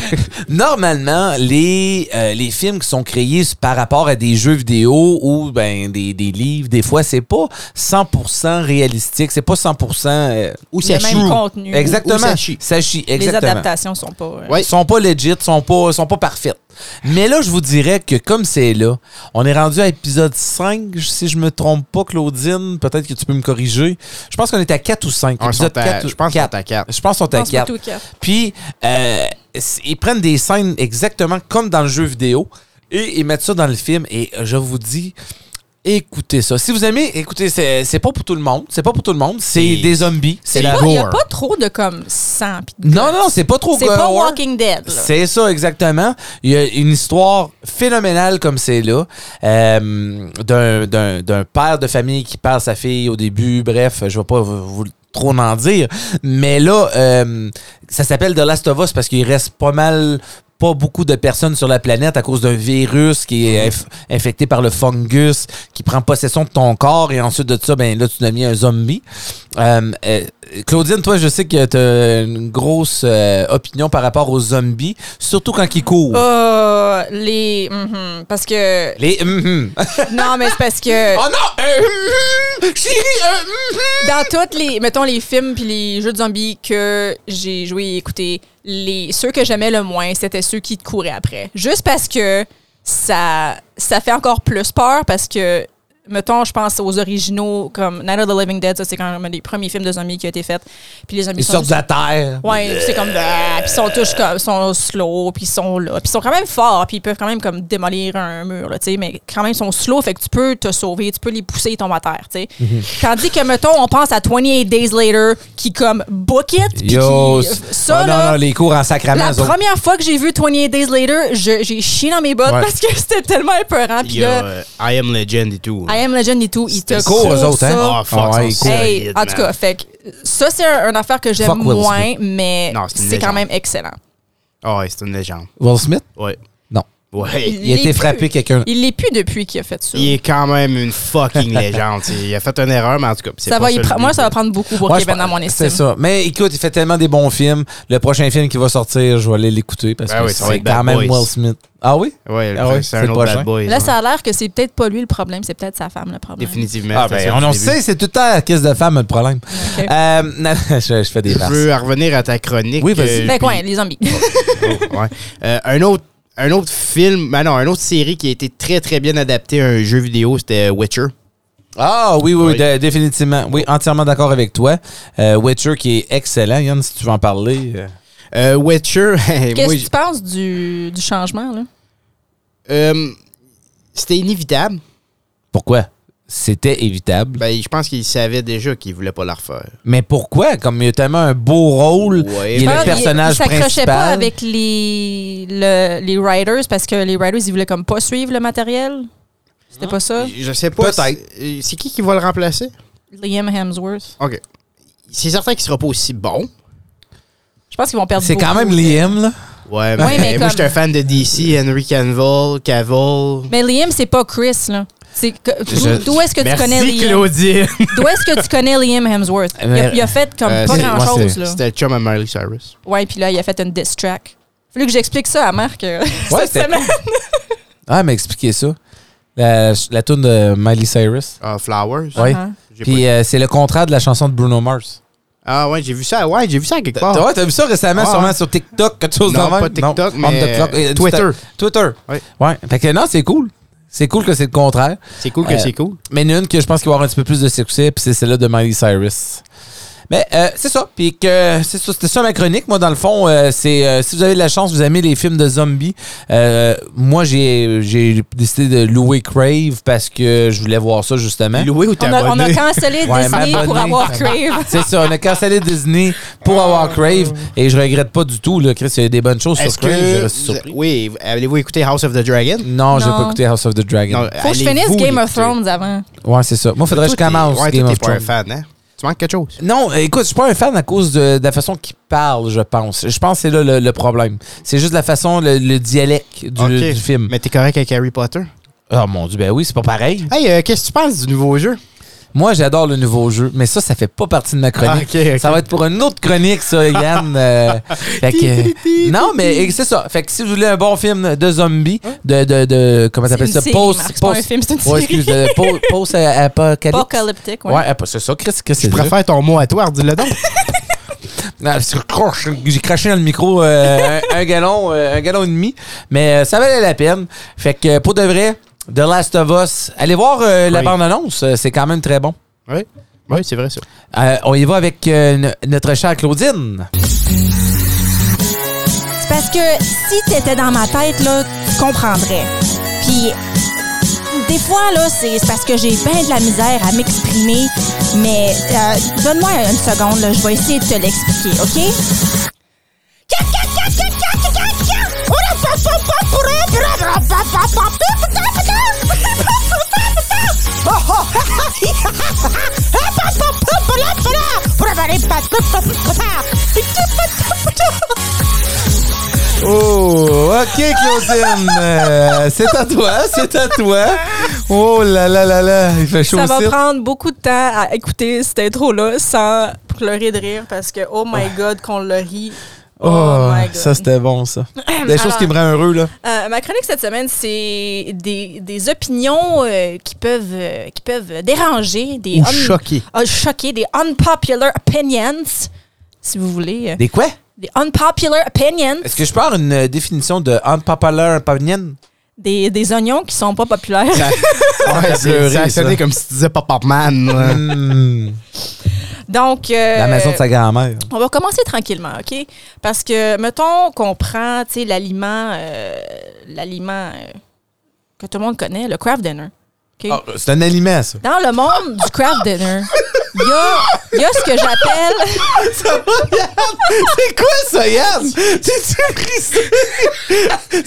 normalement, les, euh, les films qui sont créés par rapport à des jeux vidéo ou ben des, des livres, des fois, c'est pas cent pour cent réalistique, c'est pas cent pour cent... euh, Ou Le ça même chie. contenu. exactement. Ou ça chie. Ça chie, Les exactement. adaptations sont pas... euh, Ouais. Ils sont pas legit, sont pas, sont pas parfaites. Mais là, je vous dirais que comme c'est là, on est rendu à épisode cinq, si je me trompe pas, Claudine, peut-être que tu peux me corriger. Je pense qu'on est à quatre ou cinq. Ah, ils sont épisode à- quatre, je pense qu'ils sont quatre. à quatre. Je pense qu'on est je à pense pas quatre. tout quatre. Puis, euh, c- ils prennent des scènes exactement comme dans le jeu vidéo et ils mettent ça dans le film. Et je vous dis, écoutez ça. Si vous aimez, écoutez, c'est c'est pas pour tout le monde. C'est pas pour tout le monde. C'est C'est- des zombies. c'est C'est la la... Il n'y a gore. pas trop de comme sang. pis de Non, guts. non, non, c'est pas trop C'est pas gore. Walking Dead. là. C'est ça, exactement. Il y a une histoire phénoménale comme c'est là, euh, d'un- d'un d'un père de famille qui perd sa fille au début. Bref, je vais pas vous, vous trop en dire. Mais là, euh, ça s'appelle The Last of Us parce qu'il reste pas mal... pas beaucoup de personnes sur la planète à cause d'un virus qui est inf- infecté par le fungus, qui prend possession de ton corps et ensuite de ça, ben là, tu deviens un zombie. Euh, euh, Claudine, toi, je sais que tu as une grosse euh, opinion par rapport aux zombies, surtout quand ils courent. Euh, les... mhm, parce que... Les hum Non, mais c'est parce que... Oh non! Euh, hum, chérie! Euh, hum. Dans tous les, mettons, les films puis les jeux de zombies que j'ai joué et écouté, les, ceux que j'aimais le moins, c'était ceux qui te couraient après. Juste parce que ça, ça fait encore plus peur parce que, mettons, je pense aux originaux comme Night of the Living Dead, ça c'est quand même un des premiers films de zombies qui a été fait. Puis les zombies Ils sont sortent de la terre. Ouais, puis c'est comme ah, puis ils sont tous comme sont slow, puis ils sont là, puis ils sont quand même forts, puis ils peuvent quand même comme démolir un mur là, tu sais, mais quand même ils sont slow, fait que tu peux te sauver, tu peux les pousser, ils tombent à terre, tu sais. Mm-hmm. Tandis que mettons on pense à twenty-eight Days Later qui comme book it, puis Yo, qui ça oh, là. non, non, les cours en sacrament. La eux autres. première fois que j'ai vu twenty-eight Days Later, je- j'ai chié dans mes bottes Ouais. parce que c'était tellement épeurant, Il puis y a là euh, I Am Legend et tout. I Am Legend et tout, ils te C'était court, courent eux autres, hein? ça. Ah, fuck, Ah ouais, ils sont cool. Hey, solides, en tout man. cas, fait que ça, c'est un, une affaire que j'aime Fuck Will moins, Smith. mais Non, c'est une c'est quand légende. même excellent. Ah ouais, c'est une légende. Will Smith? Ouais. Non. Ouais. Il- Il a l'est été plus. frappé quelqu'un. Il l'est plus depuis qu'il a fait ça. Il est quand même une fucking légende. t'sais. Il a fait une erreur, mais en tout cas, c'est Ça pas va y le pre- but, moi, ça là. va prendre beaucoup pour Ouais, qu'il je vienne dans pense- mon estime. C'est ça. Mais écoute, il fait tellement des bons films. Le prochain film qui va sortir, je vais aller l'écouter parce Ben que oui, ça va c'est être Bad quand même Boys. Will Smith. Ah oui? Ouais, Ah ouais, c'est c'est un le autre prochain. bad boy. Là, ça a l'air que c'est peut-être pas lui le problème, c'est peut-être sa femme le problème. Définitivement. Ah c'était ben, ça on, du on début. sait, c'est tout le temps la caisse de femme le problème. Ok. Euh, non, je, je fais des Je farces. veux revenir à ta chronique. Oui, vas-y. euh, Fait que, puis- ouais, les zombies. Oh, ouais. Euh, un autre un autre film, ben non, une autre série qui a été très très bien adaptée à un jeu vidéo, c'était Witcher. Ah oui, oui, oui, Oui. de- définitivement. Oui, entièrement d'accord avec toi. Euh, Witcher qui est excellent. Yann, si tu veux en parler. euh. Euh, Witcher, Qu'est-ce moi, que tu penses du, du changement, là? euh, c'était inévitable. Pourquoi? C'était évitable. Ben, je pense qu'il savait déjà qu'il voulait pas la refaire. Mais pourquoi? Comme il y a tellement un beau rôle, Ouais, il est ben, le Ah, personnage il, il s'accrochait principal. pas avec les, le- les writers parce que les writers, ils voulaient comme pas suivre le matériel. C'était pas ça? Je sais pas. Peut-être. C'est c'est qui qui va le remplacer? Liam Hemsworth. OK. C'est certain qu'il sera pas aussi bon. Je pense qu'ils vont perdre C'est quand beaucoup. même Liam, là. Ouais, mais, Ouais, mais moi, comme- j'étais un fan de D C, Henry Cavill, Cavill. Mais Liam, c'est pas Chris, là. C'est que- Je- D'où est-ce que tu Merci, connais Liam? Claudine. D'où est-ce que tu connais Liam Hemsworth? Il a, il a fait comme Euh, pas c'est- grand-chose, moi, c'est- là. C'était le chum à Miley Cyrus. Ouais, puis là, il a fait une diss track. Fallu que j'explique ça à Marc euh, Ouais, cette c'était- semaine. Ah, mais expliquez ça. La, la tune de Miley Cyrus. Ah, Flowers. Oui. Uh-huh. J'ai Puis pas- euh, c'est le contraire de la chanson de Bruno Mars. Ah ouais, j'ai vu ça. Ouais, j'ai vu ça quelque part. T'as ouais, t'as vu ça récemment, Ah. sûrement sur TikTok, quelque chose Non, de même? pas TikTok, mais on the clock. Euh, Twitter. Twitter. Oui. Ouais. Fait que non, c'est cool. C'est cool que c'est le contraire. C'est cool que Euh, c'est cool. Mais il y en a une que je pense qu'il va avoir un petit peu plus de succès, puis c'est celle-là de Miley Cyrus. Mais euh, c'est ça. Puis que c'est ça, c'était ça ma chronique. Moi, dans le fond, euh, c'est euh, si vous avez de la chance, vous aimez les films de zombies. Euh, moi, j'ai j'ai décidé de louer Crave parce que je voulais voir ça justement. Loué ou t'es On a, on a abonné? cancellé Ouais, Disney pour m'abonner. avoir Crave. C'est ça, on a cancellé Disney pour avoir Crave et je regrette pas du tout. Là, Chris, il y a des bonnes choses sur Est-ce Crave. J'ai que... resté surpris. Oui, allez-vous écouter House of the Dragon? Non, j'ai Non. pas écouté House of the Dragon. Non, Faut que je finisse allez-vous Game of l'écouter? Thrones avant. Ouais, c'est ça. Moi, faudrait que je Toi, t'es- commence ouais, Game toi, of t'es pas un Thrones. fan, hein? Tu manques quelque chose? Non, écoute, je suis pas un fan à cause de, de la façon qu'il parle, je pense. Je pense que c'est là le, le problème. C'est juste la façon, le, le dialecte du, Ok. du film. Mais t'es correct avec Harry Potter? Oh mon Dieu, ben oui, c'est pas pareil. Hey, euh, qu'est-ce que tu penses du nouveau jeu? Moi, j'adore le nouveau jeu, mais ça, ça fait pas partie de ma chronique. Ah, ok, ok. Ça va être pour une autre chronique, ça, Yann. Euh, fait que, non, mais c'est ça. Fait que si vous voulez un bon film de zombies, de, de, de comment C'est t'appelles une ça? série, Post, Marc, c'est pas un post- film, c'est une Ouais, série. excuse, euh, po- post-apocalypse. Apocalyptique, ouais. Ouais, ap- c'est ça, Chris, qu'est-ce que Je c'est ça? préfère ton mot à toi, dis-le donc. Ah, c'est croche. J'ai craché dans le micro euh, un, un gallon, euh, un gallon et demi, mais euh, ça valait la peine. Fait que pour de vrai, The Last of Us, allez voir euh, la Oui. bande-annonce, euh, c'est quand même très bon. Oui, oui, c'est vrai ça. Euh, on y va avec euh, n- notre chère Claudine. C'est parce que si t'étais dans ma tête, là, tu comprendrais. Puis, des fois, là, c'est c'est parce que j'ai bien de la misère à m'exprimer. Mais, euh, donne-moi une seconde, là, je vais essayer de te l'expliquer, OK? Oh, OK, Claudine. Euh, c'est à toi, c'est à toi. Oh là là là là, il fait chaud Ça va aussi. prendre beaucoup de temps à écouter cette intro-là sans pleurer de rire parce que, oh my God, qu'on le rit. Oh, Oh, my God. ça c'était bon, ça. Des choses Alors, qui me rendent heureux, là. Euh, ma chronique cette semaine, c'est des, des opinions euh, qui, peuvent, euh, qui peuvent déranger, des Ou un- choqué. ah, choquer, des unpopular opinions, si vous voulez. euh, Des quoi? Des unpopular opinions, Est-ce que je peux avoir une euh, définition de unpopular opinion? des, des oignons qui sont pas populaires. Ça, ouais, t'a c'est- pleuré, ça a ça. sonné comme si tu disais Pop-Up Man. là. Hmm, Donc, euh, la maison de sa grand-mère. on va commencer tranquillement, OK? Parce que, mettons qu'on prend, tu sais, l'aliment, euh, l'aliment euh, que tout le monde connaît, le craft dinner. OK? Ah, c'est un aliment, ça. Dans le monde du craft dinner, il y a, il y a ce que j'appelle... Ça va, Yann? C'est quoi ça, Yann? C'est-tu Christ?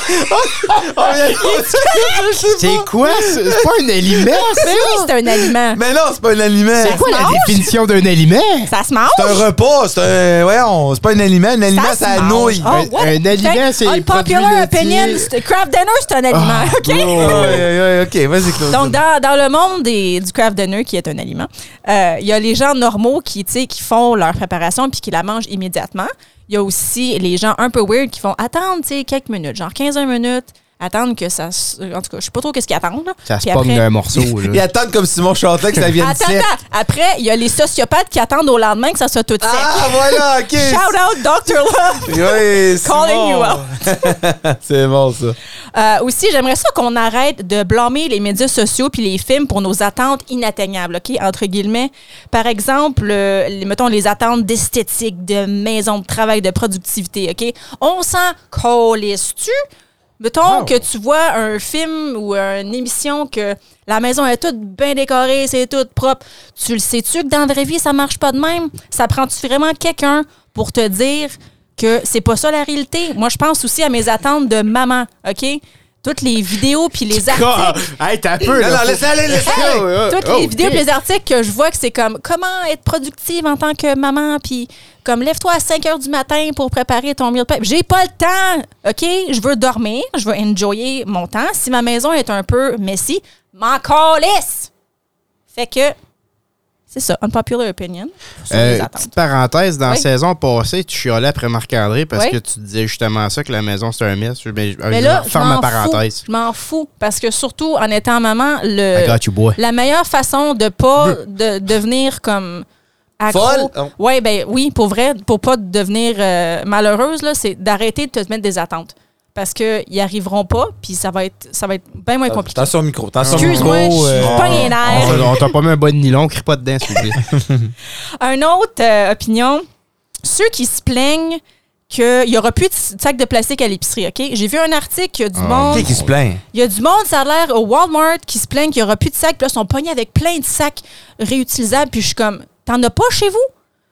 C'est quoi? C'est c'est pas un aliment, ça? Mais oui, c'est un aliment. Mais non, c'est pas un aliment. C'est quoi la mange? définition d'un aliment? Ça se mange? C'est un repas, c'est un... Voyons, c'est pas un aliment. Un aliment, se c'est la mange. nouille. Oh, Un- what? un aliment, Fait, c'est les unpopular produits opinion, laitiers. c'est- craft dinner, c'est un aliment, OK? Ouais, ouais, ouais, OK, vas-y, Claude. Donc, dans, dans le monde des, du craft dinner, qui est un aliment, euh, il y a les gens normaux qui, tu sais, qui font leur préparation puis qui la mangent immédiatement. Il y a aussi les gens un peu weird qui font attendre, tu sais, quelques minutes, genre quinze minutes, attendre que ça... se- En tout cas, je sais pas trop qu'est-ce qu'ils attendent. Là. Ça se Puis pogne après- d'un morceau, Ils là. attendent comme Simon Châtelain que ça vienne Attends, sec. attends. Après, il y a les sociopathes qui attendent au lendemain que ça soit tout sec. Ah, voilà, OK. Shout out, docteur Love! Oui, Calling you out. C'est bon, ça. Euh, aussi, j'aimerais ça qu'on arrête de blâmer les médias sociaux puis les films pour nos attentes inatteignables, OK? Entre guillemets. Par exemple, euh, les- mettons les attentes d'esthétique, de maison de travail, de productivité, OK? On s'en calisse-tu? Mettons Wow. que tu vois un film ou une émission que la maison est toute bien décorée, c'est tout propre. Tu le sais-tu que dans la vraie vie, ça marche pas de même? Ça prend-tu vraiment quelqu'un pour te dire que c'est pas ça la réalité? Moi, je pense aussi à mes attentes de maman, OK? Toutes les vidéos puis les articles. Hey, t'as un peu, Non, là. non, laisse aller, laisse aller. Oh, oh, Toutes oh, les vidéos ok. et les articles que je vois que c'est comme comment être productive en tant que maman, puis comme lève-toi à cinq heures du matin pour préparer ton meal prep. J'ai pas le temps, OK? Je veux dormir, je veux enjoyer mon temps. Si ma maison est un peu messy, m'en calisse! Fait que, c'est ça, unpopular opinion sur Euh, les attentes. petite parenthèse, dans Oui. la saison passée, tu chialais après Marc-André parce Oui. que tu disais justement ça, que la maison c'était un mythe. Mais, Mais là, je je ferme ma m'en parenthèse. fous. Je m'en fous. Parce que surtout, en étant maman, I le, got you, boy. la meilleure façon de pas de devenir comme accro. Folle? Oh. Ouais, ben oui, pour vrai, pour pas devenir euh, malheureuse, là, c'est d'arrêter de te mettre des attentes. Parce qu'ils n'y arriveront pas, puis ça va être ça va être bien moins compliqué. Attention au micro. Attention au micro. Excuse-moi, je euh, suis pas les nerfs. On, on t'a pas mis un bon nylon, crie pas dedans, s'il vous plaît. Un autre euh, opinion, ceux qui se plaignent qu'il n'y aura plus de sacs de plastique à l'épicerie, OK? J'ai vu un article, il y a du Ah, monde... Qui qui se plaint? Il y a du monde, ça a l'air au Walmart, qui se plaignent qu'il n'y aura plus de sacs. Puis là, ils sont pognés avec plein de sacs réutilisables. Puis je suis comme, t'en as pas chez vous?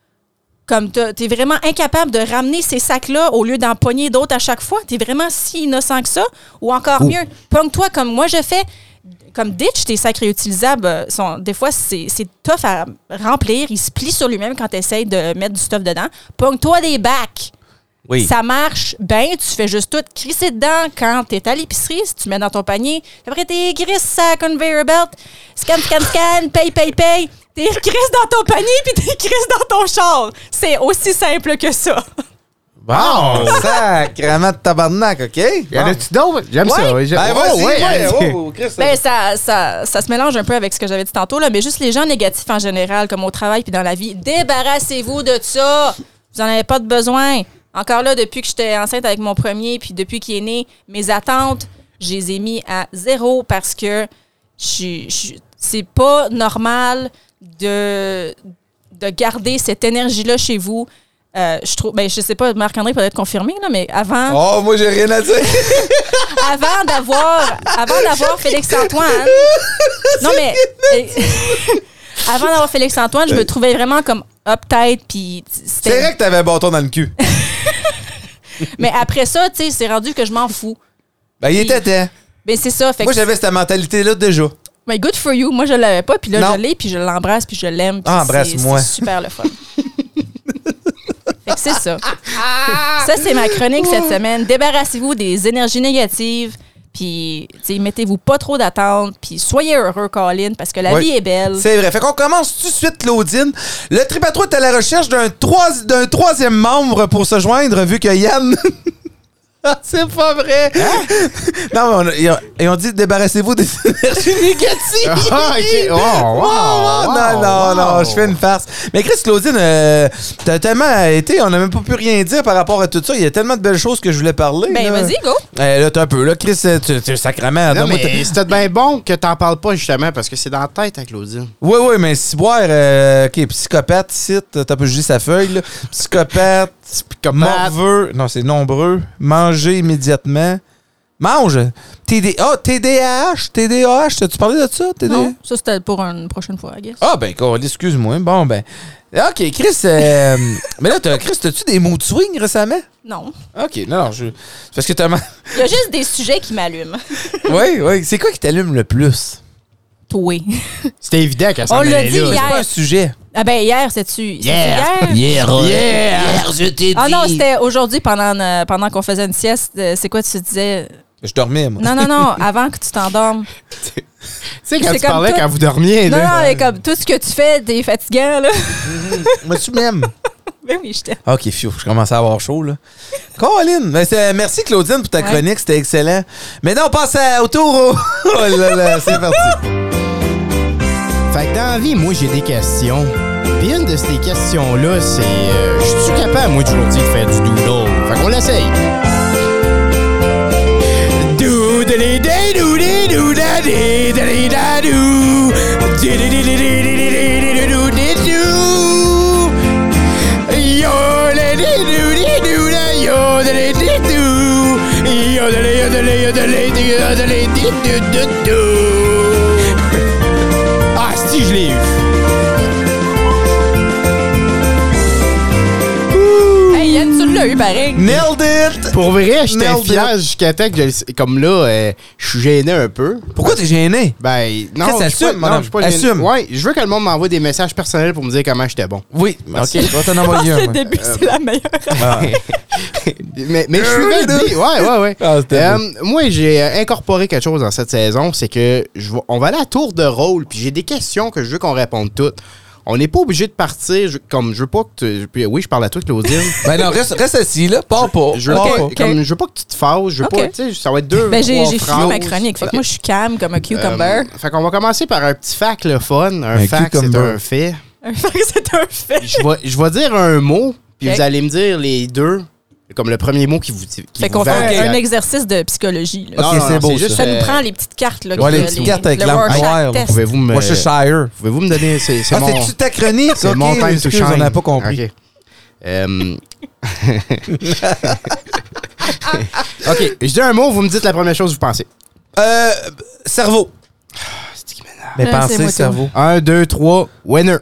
Comme t'as- t'es vraiment incapable de ramener ces sacs-là au lieu d'en pogner d'autres à chaque fois? T'es vraiment si innocent que ça? Ou encore Ouh. mieux, pogne-toi comme moi je fais. Comme ditch, tes sacs réutilisables, euh, sont, des fois, c'est c'est tough à remplir. Ils se plient sur lui-même quand tu essaies de mettre du stuff dedans. Pogne-toi des bacs. Oui. Ça marche bien, tu fais juste tout crisser dedans quand tu es à l'épicerie, si tu mets dans ton panier. Après, t'es grisses sa conveyor belt, scan, scan, scan, paye, paye, paye. T'es grisses dans ton panier puis t'es grisses dans ton char. C'est aussi simple que ça. Bon, sacrément de tabarnak, OK? Y en a-tu d'autres? J'aime Ouais. ça. J'aime- Ben, Oh, vas-y, ouais, ouais, allez. oh, Chris, Ben, ça, ça, ça se mélange un peu avec ce que j'avais dit tantôt, là, mais juste les gens négatifs en général, comme au travail puis dans la vie, débarrassez-vous de ça. Vous n'en avez pas de besoin. Encore là, depuis que j'étais enceinte avec mon premier, puis depuis qu'il est né, mes attentes, je les ai mis à zéro parce que je, je- c'est pas normal de, de garder cette énergie-là chez vous. Euh, je trouve, ben, je sais pas, Marc-André peut être confirmé, là, mais avant, Oh, moi, j'ai rien à dire. avant d'avoir, avant d'avoir Félix-Antoine, non mais, euh, avant d'avoir Félix-Antoine, je me trouvais vraiment comme up-tête, puis c'était- C'est vrai que t'avais un bâton dans le cul. mais après ça, tu sais, c'est rendu que je m'en fous. Ben, il était temps. Ben c'est ça, fait Moi, que, j'avais cette mentalité-là déjà. mais good for you. Moi, je l'avais pas, puis là, Non. je l'ai, puis je l'embrasse, puis je l'aime. puis Ah, c'est- embrasse-moi. C'est super le fun. Fait que c'est ça. Ça, c'est ma chronique cette semaine. Débarrassez-vous des énergies négatives, puis tu sais, mettez-vous pas trop d'attentes, puis soyez heureux, Colin, parce que la Oui. vie est belle. C'est vrai. Fait qu'on commence tout de suite, Claudine. Le Tripatro est à la recherche d'un troi- d'un troisième membre pour se joindre, vu que Yann... Ah, c'est pas vrai! Non, mais on a- ils, ont, ils ont dit débarrassez-vous des énergies négatives! Ah, OK. Oh, wow, Oh, wow, non, non, wow. non, je fais une farce. Mais Chris, Claudine, euh, t'as tellement été, on n'a même pas pu rien dire par rapport à tout ça. Il y a tellement de belles choses que je voulais parler. Ben, là. vas-y, go! Eh, là, t'as un peu, là, Chris, tu es sacrément. Non, donne-moi mais ta- c'était bien bon que t'en parles pas, justement, parce que c'est dans la tête à Claudine. Oui, oui, mais si boire, euh, OK, psychopathe, site, t'as pas juste sa feuille, là. Psychopathe, Psychopathe. morveux, non, c'est nombreux, manger immédiatement, Mange. T D A, T D A H, T D A H, t'as-tu parlé de ça? T D A H? Non, ça, c'était pour une prochaine fois, I guess. Ah, ben, excuse-moi. Bon, ben. OK, Chris. Euh, mais là, t'as, Chris, t'as-tu des mots de swing récemment? Non. OK, non, non. Je, c'est parce que t'as. Il y a juste des sujets qui m'allument. Oui, oui. C'est quoi qui t'allume le plus? Toi. C'était évident qu'elle s'en On l'a allait dit là. hier. C'est pas un sujet. Ah ben hier, c'est-tu? Hier. C'est-tu hier? Hier, Yeah! hier, je t'ai dit. Ah non, c'était aujourd'hui pendant, euh, pendant qu'on faisait une sieste. euh, C'est quoi tu disais? Je dormais, moi. Non, non, non, avant que tu t'endormes. Tu sais, quand C'est tu comme parlais tout- quand vous dormiez, Non, là. non, mais comme tout ce que tu fais, t'es fatigant, là. Moi, tu m'aimes. Ben oui, je t'aime. OK, fiou, je commence à avoir chaud, là. Colin, ben c'est- merci Claudine pour ta Ouais. chronique, c'était excellent. Maintenant, on passe à- au tour au... Oh là là, c'est parti. Fait que dans la vie, moi, j'ai des questions. Puis une de ces questions-là, c'est... Euh, je suis capable, moi, aujourd'hui, de faire du doodle? Fait qu'on l'essaye. Doodly-day, doodly, doodly, doodly-da-doo. Doodly-doodly-doodly-doodly-doo. Yo-le-di-doodly-doodly, yo-le-di-doo. Yo-le-di-doodly, yo-le-di-doodly-doo. Ah, si, je l'ai eu. Hey, Yann, tu l'as eu pareil. Nailed it! Pour vrai, j'étais Nailed fier jusqu'à temps que je le- comme là, euh, je suis gêné un peu. Pourquoi t'es gêné? Ben, non, Chris, je suis assume, pas- non, madame. je suis pas gêné. Assume. Ouais, je veux que le monde m'envoie des messages personnels pour me dire comment j'étais bon. Oui, OK, je vais t'en envoyer un. Le moi. début, c'est la meilleure. Ah. mais, mais je suis bien dit. Ouais, ouais, ouais. Ah, c'était Euh, beau. moi, j'ai euh, incorporé quelque chose dans cette saison, c'est que je vais- on va aller à tour de rôle, puis j'ai des questions que je veux qu'on réponde toutes. On n'est pas obligé de partir, je- comme je veux pas que tu... puis oui, je parle à toi, Claudine. Ben non, reste, reste assis, là. Pars pas. Je veux, Pars pas, pas. ok. comme, je veux pas que tu te fâches, je veux Ok. pas, tu sais, ça va être deux, Ben, j'ai trois j'ai fini phrases. ma chronique. Fait que Ok. moi, je suis calme comme un cucumber. Euh, fait qu'on va commencer par un petit fact le fun. Un, Un fact, c'est cucumber. un fait. Fait que c'est un fait. Je vais, je vais dire un mot, puis Ok. vous allez me dire les deux, comme le premier mot qui vous qui Fait vous qu'on fait vend un, exact. un exercice de psychologie. Là. Non, Ok, non, c'est non, beau, c'est juste, Ça nous euh, prend les petites cartes. Là, Ouais, que- les petites cartes avec le l'âme Rorschach noire, là. test. Pouvez-vous me, Worcestershire. pouvez-vous me donner... C'est, c'est Ah, mon, c'est-tu ta chronique? c'est OK, mon time to excuse, shine. on n'a pas compris. OK. Euh, OK, je dis un mot, vous me dites la première chose que vous pensez. Euh, cerveau. C'est qui m'énerve. Mais Ah, c'est pensez moi, cerveau. Un, deux, trois, winner.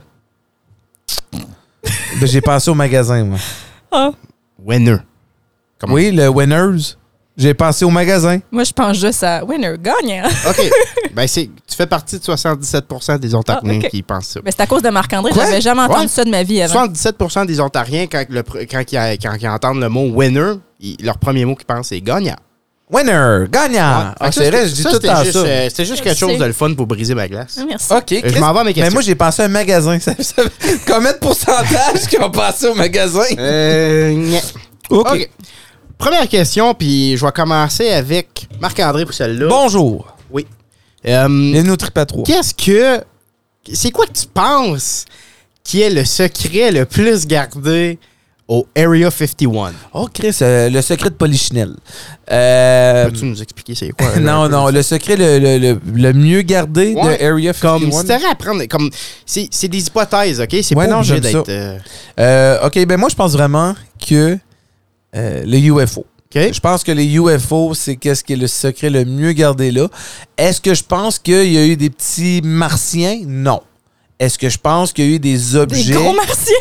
Ben, j'ai pensé au magasin, moi. Ah. Winner. Comment? Oui, le Winners. J'ai pensé au magasin. Moi, je pense juste à winner, gagnant. OK. Ben, c'est, tu fais partie de soixante-dix-sept pour cent des Ontariens Ah, ok. qui pensent ça. Mais c'est à cause de Marc-André. Quoi? J'avais jamais entendu Ouais. ça de ma vie avant. soixante-dix-sept pour cent des Ontariens, quand, le, pr- quand, ils, quand ils entendent le mot winner, ils- leur premier mot qu'ils pensent, c'est gagnant. Winner, gagnant. Ouais. Ah, Fait que c'est ça, vrai, je dis tout le c'était temps juste, ça. euh, C'était juste quelque Merci. chose de le fun pour briser ma glace. Ah, merci. OK, je m'en vais à mes Mais questions. moi, j'ai pensé à un magasin. Ça, ça, combien de pourcentage qui ont pensé au magasin? Euh, nya. OK. OK. Première question, puis je vais commencer avec Marc-André pour celle-là. Bonjour. Oui. Euh, Bienvenue au Trip à trois. Qu'est-ce que... C'est quoi que tu penses qui est le secret le plus gardé au Area cinquante et un? Oh, Chris, euh, le secret de Polichinelle. Euh, Peux-tu nous expliquer c'est quoi? non, un peu? non, le secret le, le, le, le mieux gardé Ouais, de Area Comme, cinquante si et un. t'aurais à prendre... Comme, c'est, c'est des hypothèses, OK? C'est Ouais, pas non, obligé j'aime d'être... ça. euh, Euh, OK, ben moi, je pense vraiment que euh, le U F O. OK? Je pense que les U F O, c'est qu'est-ce qui est le secret le mieux gardé là. Est-ce que je pense qu'il y a eu des petits martiens? Non. Est-ce que je pense qu'il y a eu des Des objets? gros martiens.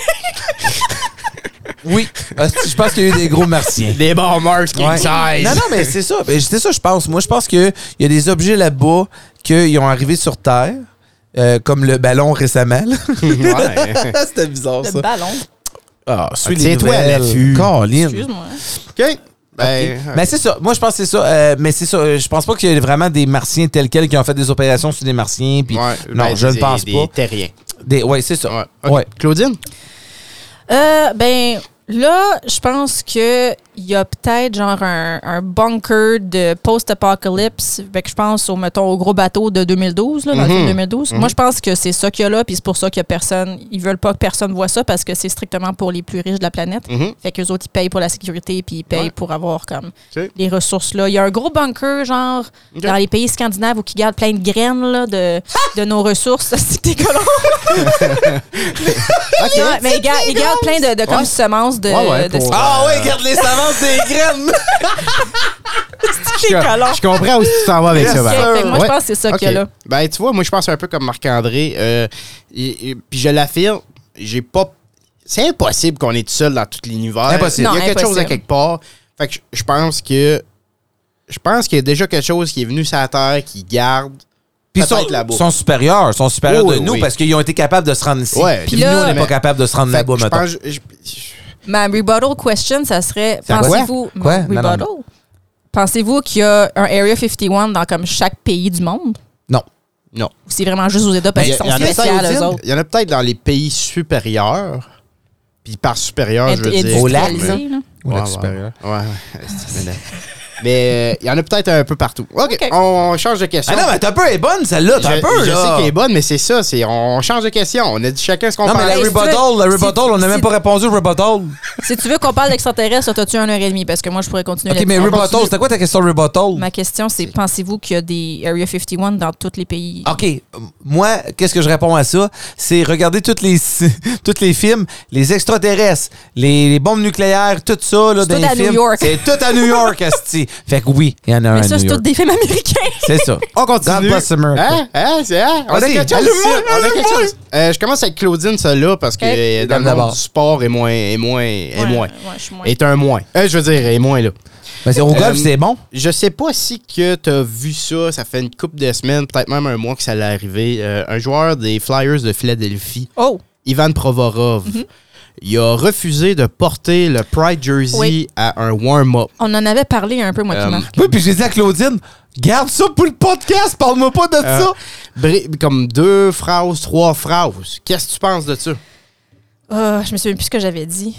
Oui. Est-ce que je pense qu'il y a eu des gros martiens. Des bons Mars king Ouais. size! Non, non, mais c'est ça. Ben, c'est ça, je pense. Moi, je pense qu'il y a des objets là-bas qui ont arrivé sur Terre, euh, comme le ballon récemment. là. Ouais. C'était bizarre, Le ça. ballon. Ah, suis les Tiens-toi à nouvelles. l'affût. Colin. Excuse-moi. OK? Ben, Ok. Mais c'est ça. Moi, je pense que c'est ça. Euh, mais c'est ça. euh, Je pense pas qu'il y ait vraiment des martiens tels quels qui ont fait des opérations sur des martiens. Puis ouais, non, ben, je ne des- pense des pas. terriens. Des, ouais, c'est ça. Ouais. OK. Ouais. Claudine? Euh, ben, là, je pense que il y a peut-être genre un, un bunker de post-apocalypse. Fait que je pense au, mettons, au gros bateau de deux mille douze, là, dans le Mhm. film deux mille douze. Moi, je pense que c'est ça qu'il y a là, puis c'est pour ça qu'il y a personne. Ils veulent pas que personne voit ça parce que c'est strictement pour les plus riches de la planète. Mhm. Fait qu'eux autres, ils payent pour la sécurité, puis ils payent Ouais. pour avoir comme Ok. les ressources là. Il y a un gros bunker, genre, Ok. dans les pays scandinaves où ils gardent plein de graines là, de, de nos ressources. C'est des colons. OK. Ouais, mais ils gardent, ils gardent plein de, de comme Ouais. semences de. Ouais, ouais, de- pour- Ah oui, garde les semences! avance des graines. C'est collant. Je comprends où tu t'en vas avec Yes, ça, Val. Ok, fait que moi, je Ouais. pense que c'est ça Ok. qu'il y a là. Ben, tu vois, moi, je pense un peu comme Marc-André. Euh, et- et- Puis je l'affirme, j'ai pas. C'est impossible qu'on est tout seul dans tout l'univers. Impossible. Non, Il y a quelque chose à impossible. quelque part. Fait que je- je pense que. Je pense qu'il y a déjà quelque chose qui est venu sur la Terre qui garde. Puis ils Peut-être sont, là-bas. sont supérieurs, sont supérieurs Oui, de nous oui. parce qu'ils ont été capables de se rendre ici. Ouais. Puis Puis nous, là- on n'est pas mais- capable de se rendre Fait là-bas, que je mettons. pense. je- je- Ma rebuttal question, ça serait, C'est quoi? pensez-vous, Quoi? mon Non, non, rebuttal, pensez-vous qu'il y a un Area cinquante et un dans comme chaque pays du monde? Non. Non. Ou c'est vraiment juste aux États parce Il y, qu'ils a- il y sont en a spéciaux, peut-être- eux autres? il y en a peut-être dans les pays supérieurs. Puis par supérieur, je veux Int- dire. Au lac, industrialisés, là. Ou Ouais, lac ouais. supérieur. Ouais, ouais. C'est- mais- Mais euh, il y en a peut-être un peu partout. OK, OK. on change de question. Ah non, mais t'as un peu, elle est bonne, celle-là. je, T'as un peu, je là. sais qu'elle est bonne, mais c'est ça. C'est, on change de question. On a dit chacun ce qu'on Non, mais pense. la Hey, si rebuttal, tu veux- la si- rebuttal, on n'a même si- pas répondu au rebuttal. Si tu veux qu'on parle d'extraterrestres, t'as-tu une heure et demie? Parce que moi, je pourrais continuer OK, mais là-dessus. rebuttal, c'était quoi ta question rebuttal? Ma question, c'est pensez-vous qu'il y a des Area cinquante et un dans tous les pays? OK. euh, Moi, qu'est-ce que je réponds à ça? C'est regarder tous les, tous les films, les extraterrestres, les, les bombes nucléaires, tout ça, là, C'est dans tout les à New films. York. C'est tout à New York, asti. Fait que oui, il y en a un Mais à ça, New c'est tous York. des films américains. C'est ça. On continue. God bless America. Hein? Hein? C'est hein? On a Vas-y, quelque chose. allume-moi, ici. On a quelque allume-moi. chose. Euh, je commence avec Claudine, celle-là, parce que Ok. euh, dans le D'abord. monde du sport est moins. Est moins. Est Ouais, moins. ouais, je suis moins. Est un moins. Euh, je veux dire, est moins, là. Mais c'est au golf, Euh, c'est bon. Je sais pas si que t'as vu ça, ça fait une couple de semaines, peut-être même un mois que ça allait arriver. Euh, un joueur des Flyers de Philadelphie, Oh! Ivan Provorov, il a refusé de porter le Pride Jersey Oui. à un warm-up. On en avait parlé un peu, moi, Euh, qui Marc. Oui, puis j'ai dit à Claudine, garde ça pour le podcast, parle-moi pas de Euh, ça. Bri- Comme deux phrases, trois phrases. Qu'est-ce que tu penses de ça? Ah, je me souviens plus ce que j'avais dit.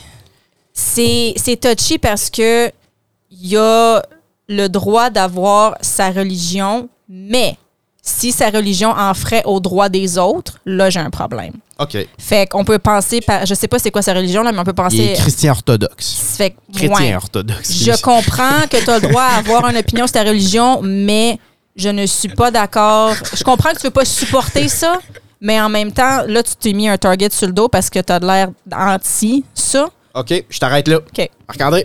C'est, c'est touchy parce que il y a le droit d'avoir sa religion, mais si sa religion en ferait au droit des autres, là, j'ai un problème. OK. Fait qu'on peut penser, par, je sais pas c'est quoi sa religion, là, mais on peut Il penser... est chrétien orthodoxe. Fait que, Chrétien ouais. orthodoxe. Je comprends que tu as le droit à avoir une opinion sur ta religion, mais je ne suis pas d'accord. Je comprends que tu veux pas supporter ça, mais en même temps, là, tu t'es mis un target sur le dos parce que tu as de l'air anti ça. OK, je t'arrête là. OK. Marc-André?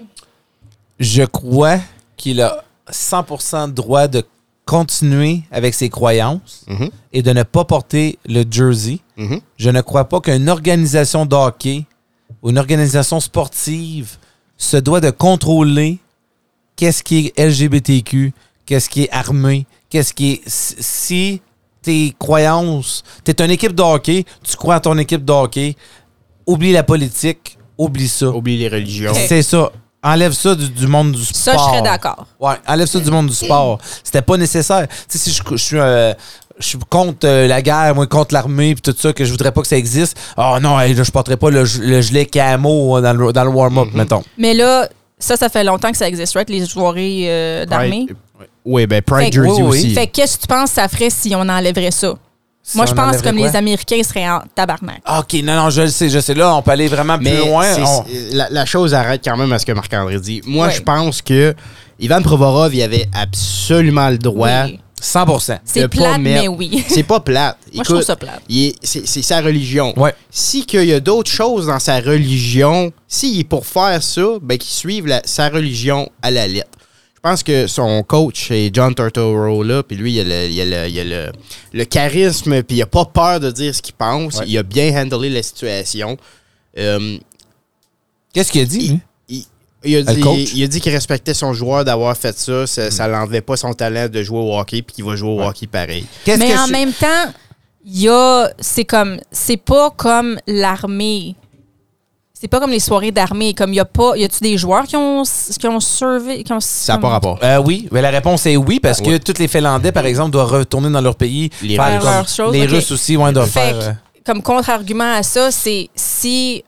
Je crois qu'il a cent pour cent de droit de continuer avec ses croyances Mhm. et de ne pas porter le jersey. Mhm. Je ne crois pas qu'une organisation de hockey ou une organisation sportive se doit de contrôler qu'est-ce qui est L G B T Q, qu'est-ce qui est armé, qu'est-ce qui est... Si tes croyances... T'es une équipe de hockey, tu crois à ton équipe de hockey, oublie la politique, oublie ça. Oublie les religions. OK. C'est ça. Enlève ça du, du monde du sport. Ça, je serais d'accord. Ouais, enlève ça du monde du sport. C'était pas nécessaire. Tu sais, si je, je suis euh, je suis contre euh, la guerre, moi, contre l'armée, puis tout ça, que je voudrais pas que ça existe. Oh non, hey, là, je porterais pas le, le gilet camo dans le, dans le warm-up, mettons. Mais là, ça, ça fait longtemps que ça existe, right? Les soirées euh, d'armée. Pride- Oui, ben Pride Fait que- Jersey oui, oui. aussi. Fait que qu'est-ce que tu penses que ça ferait si on enlèverait ça? Si Moi, on je pense enlèverait comme quoi? les Américains seraient en tabarnak. Ah, OK, non, non, je le sais, je sais. Là, on peut aller vraiment plus Mais loin. c'est- On- c'est- la, la chose arrête quand même à ce que Marc-André dit. Moi, Ouais. je pense que Ivan Provorov, il avait absolument le droit. Oui. cent pour cent. de C'est pas plate, mettre- mais oui. C'est pas plate. Moi, je Écoute, trouve ça plate. il est- c'est c'est sa religion. Ouais. Si qu'il y a d'autres choses dans sa religion, s'il est pour faire ça, ben qu'il suive la- sa religion à la lettre. Je pense que son coach, c'est John Turturro, là, puis lui, il a le, il a le, il a le, le charisme, puis il a pas peur de dire ce qu'il pense. Ouais. Il a bien handlé la situation. Euh, Qu'est-ce qu'il a dit, lui? il, il a Le dit, coach? il a dit qu'il respectait son joueur d'avoir fait ça. Ça, ça l'enlevait pas son talent de jouer au hockey, puis qu'il va jouer au hockey pareil. Qu'est-ce Mais que en je- même temps, il y a. C'est comme. C'est pas comme l'armée. C'est pas comme les soirées d'armée. Comme il y a pas. Y a-tu des joueurs qui ont, qui ont servi. Qui ont, Ça n'a pas rapport. Euh, oui, mais la réponse est oui, parce que Ouais. tous les Finlandais, par exemple, doivent retourner dans leur pays. Les faire Russes. comme- Leurs choses, les ok. Russes aussi, ouais, doivent Fait faire... que, euh, comme contre-argument à ça, c'est si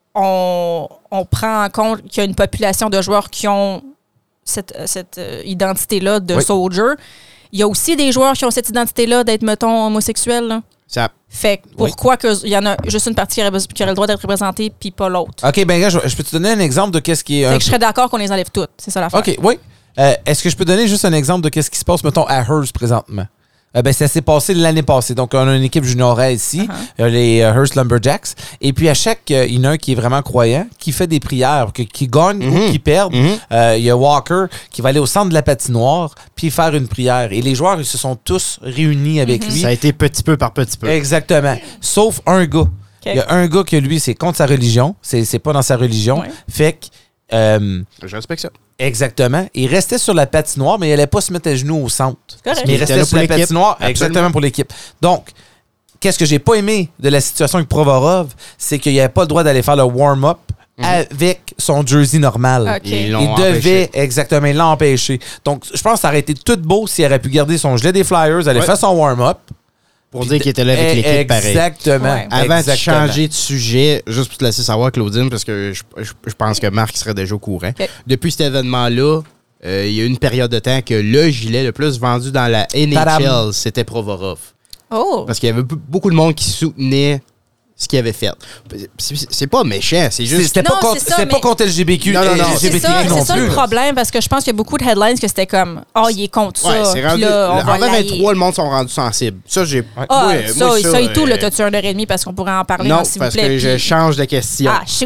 on, on prend en compte qu'il y a une population de joueurs qui ont cette, cette euh, identité-là de Oui. soldier, il y a aussi des joueurs qui ont cette identité-là d'être, mettons, homosexuels. Là. Ça, Fait que pourquoi que il y en a juste une partie qui aurait, qui aurait le droit d'être représentée puis pas l'autre? OK, ben gars, je, je peux te donner un exemple de qu'est-ce qui est... Fait un que je serais d'accord qu'on les enlève toutes. C'est ça l'affaire. OK, oui. Euh, Est-ce que je peux donner juste un exemple de qu'est-ce qui se passe, mettons, à Hearst présentement? Euh, ben, ça s'est passé l'année passée. Donc, on a une équipe juniorale ici, Uh-huh. euh, les euh, Hearst Lumberjacks. Et puis, à chaque... euh, il y en a un qui est vraiment croyant, qui fait des prières, que- qui gagne ou qui perd. Mhm. Euh, il y a Walker qui va aller au centre de la patinoire puis faire une prière. Et les joueurs, ils se sont tous réunis avec lui. Ça a été petit peu par petit peu. Exactement. Sauf un gars. Il y a un gars que lui, c'est contre sa religion. C'est, c'est pas dans sa religion. Ouais. Fait que... euh, Je respecte ça. Exactement. Il restait sur la patinoire, mais il n'allait pas se mettre à genoux au centre. correct. Mais il Il était restait là sur pour la l'équipe. patinoire, Absolument. exactement pour l'équipe. Donc, qu'est-ce que j'ai pas aimé de la situation avec Provorov, c'est qu'il n'avait pas le droit d'aller faire le warm-up avec son jersey normal. OK. Ils l'ont Il devait, empêché. exactement, il l'a empêché. Donc, je pense que ça aurait été tout beau s'il aurait pu garder son gilet des Flyers, aller Ouais. faire son warm-up. Pour dire qu'il était là avec l'équipe pareil. Exactement. Ouais. Avant Exactement. de changer de sujet, juste pour te laisser savoir, Claudine, parce que je, je- je pense que Marc serait déjà au courant. OK. Depuis cet événement-là, euh, il y a eu une période de temps que le gilet le plus vendu dans la N H L, Tadam. c'était Provorov. Oh! Parce qu'il y avait b- beaucoup de monde qui soutenait ce qu'il avait fait. C'est c'est pas méchant, c'est C'est- juste... C'était pas, Non, contre- c'est ça, c'était pas mais- contre L G B Q, Non, non, non. L G B T Q C'est ça, non c'est ça plus. le problème, parce que je pense qu'il y a beaucoup de headlines que c'était comme « Ah, oh, il est contre Ouais, ça. c'est Puis rendu... là, on en va l'haïr. vingt-trois, le monde sont rendus sensibles. Ça, j'ai... Ah, Ouais, ça, moi, ça, et tout, euh, là, t'as-tu une heure et demie parce qu'on pourrait en parler, Non, hein, s'il vous parce plaît. que je puis- change de question. Ah, shoot!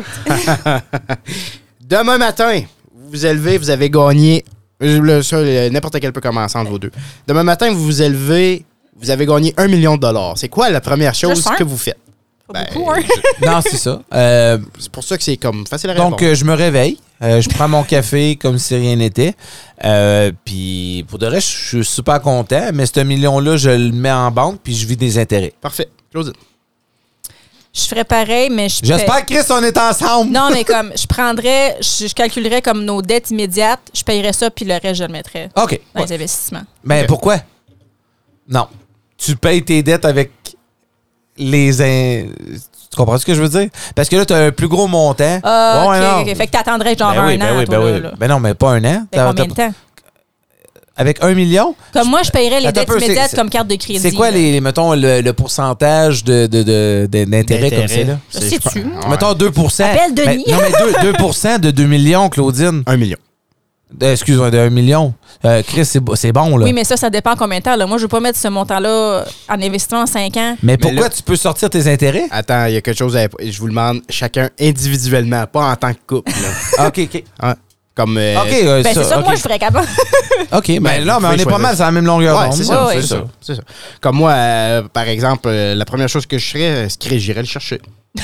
Demain matin, vous vous élevez, vous avez gagné. le- ça, le- N'importe quel peut commencer entre vous deux. Demain matin, vous vous élevez, vous avez gagné un million de dollars. C'est quoi la première chose Juste un? que vous faites? Pas Ben, beaucoup, hein? Non, c'est ça. Euh, C'est pour ça que c'est comme facile à répondre. donc, euh, je me réveille. euh, je prends mon café comme si rien n'était. Euh, puis, pour de reste, je suis super content. Mais ce million-là, je le mets en banque puis je vis des intérêts. Parfait. Claudine. Je ferais pareil, mais je... J'espère que Chris, on est ensemble. Non, mais comme, je prendrais, je, je calculerais comme nos dettes immédiates, je payerais ça, puis le reste, je le mettrais OK. dans Ouais. les investissements. Mais Ok. pourquoi? Non. Tu payes tes dettes avec les... in- Tu comprends ce que je veux dire? Parce que là, tu as un plus gros montant. Ah, Ouais, OK, non. OK. Fait que t'attendrais genre Ben un oui, an, ben oui, toi, ben là, oui. là. Ben non, mais pas un an. Fait T'as- combien de t'as- temps? Avec un million? Comme moi, je payerais les Attends un dettes peu, c'est- immédiates c'est- comme carte de crédit. C'est quoi, là. les, les- mettons, le, le pourcentage de, de, de- de- d'intérêt comme ça? Là? Je sais-tu, Ouais. moi. Mettons deux pour cent. Appelle Denis. Mais- non, mais deux, deux pour cent de deux millions, Claudine. Un million. Euh, Excuse-moi, de un million. Euh, Chris, c'est, bo- c'est bon, là. Oui, mais ça, ça dépend combien de temps. Là. Moi, je veux pas mettre ce montant-là en investissement en cinq ans. Mais pourquoi là- tu peux sortir tes intérêts? Attends, il y a quelque chose à... Je vous le demande chacun individuellement, pas en tant que couple. là. Ah, OK, OK. Ouais. Comme... euh, OK, euh, Ben, c'est ça, OK. moi, je ferais capable. OK, ben, Ben, là, vous mais on pouvez est pas choisir. mal sur la même longueur Ouais, d'onde. c'est ça, Ouais, c'est ouais. ça, c'est ça. Comme moi, euh, par exemple, euh, la première chose que je ferais, c'est que j'irais le chercher.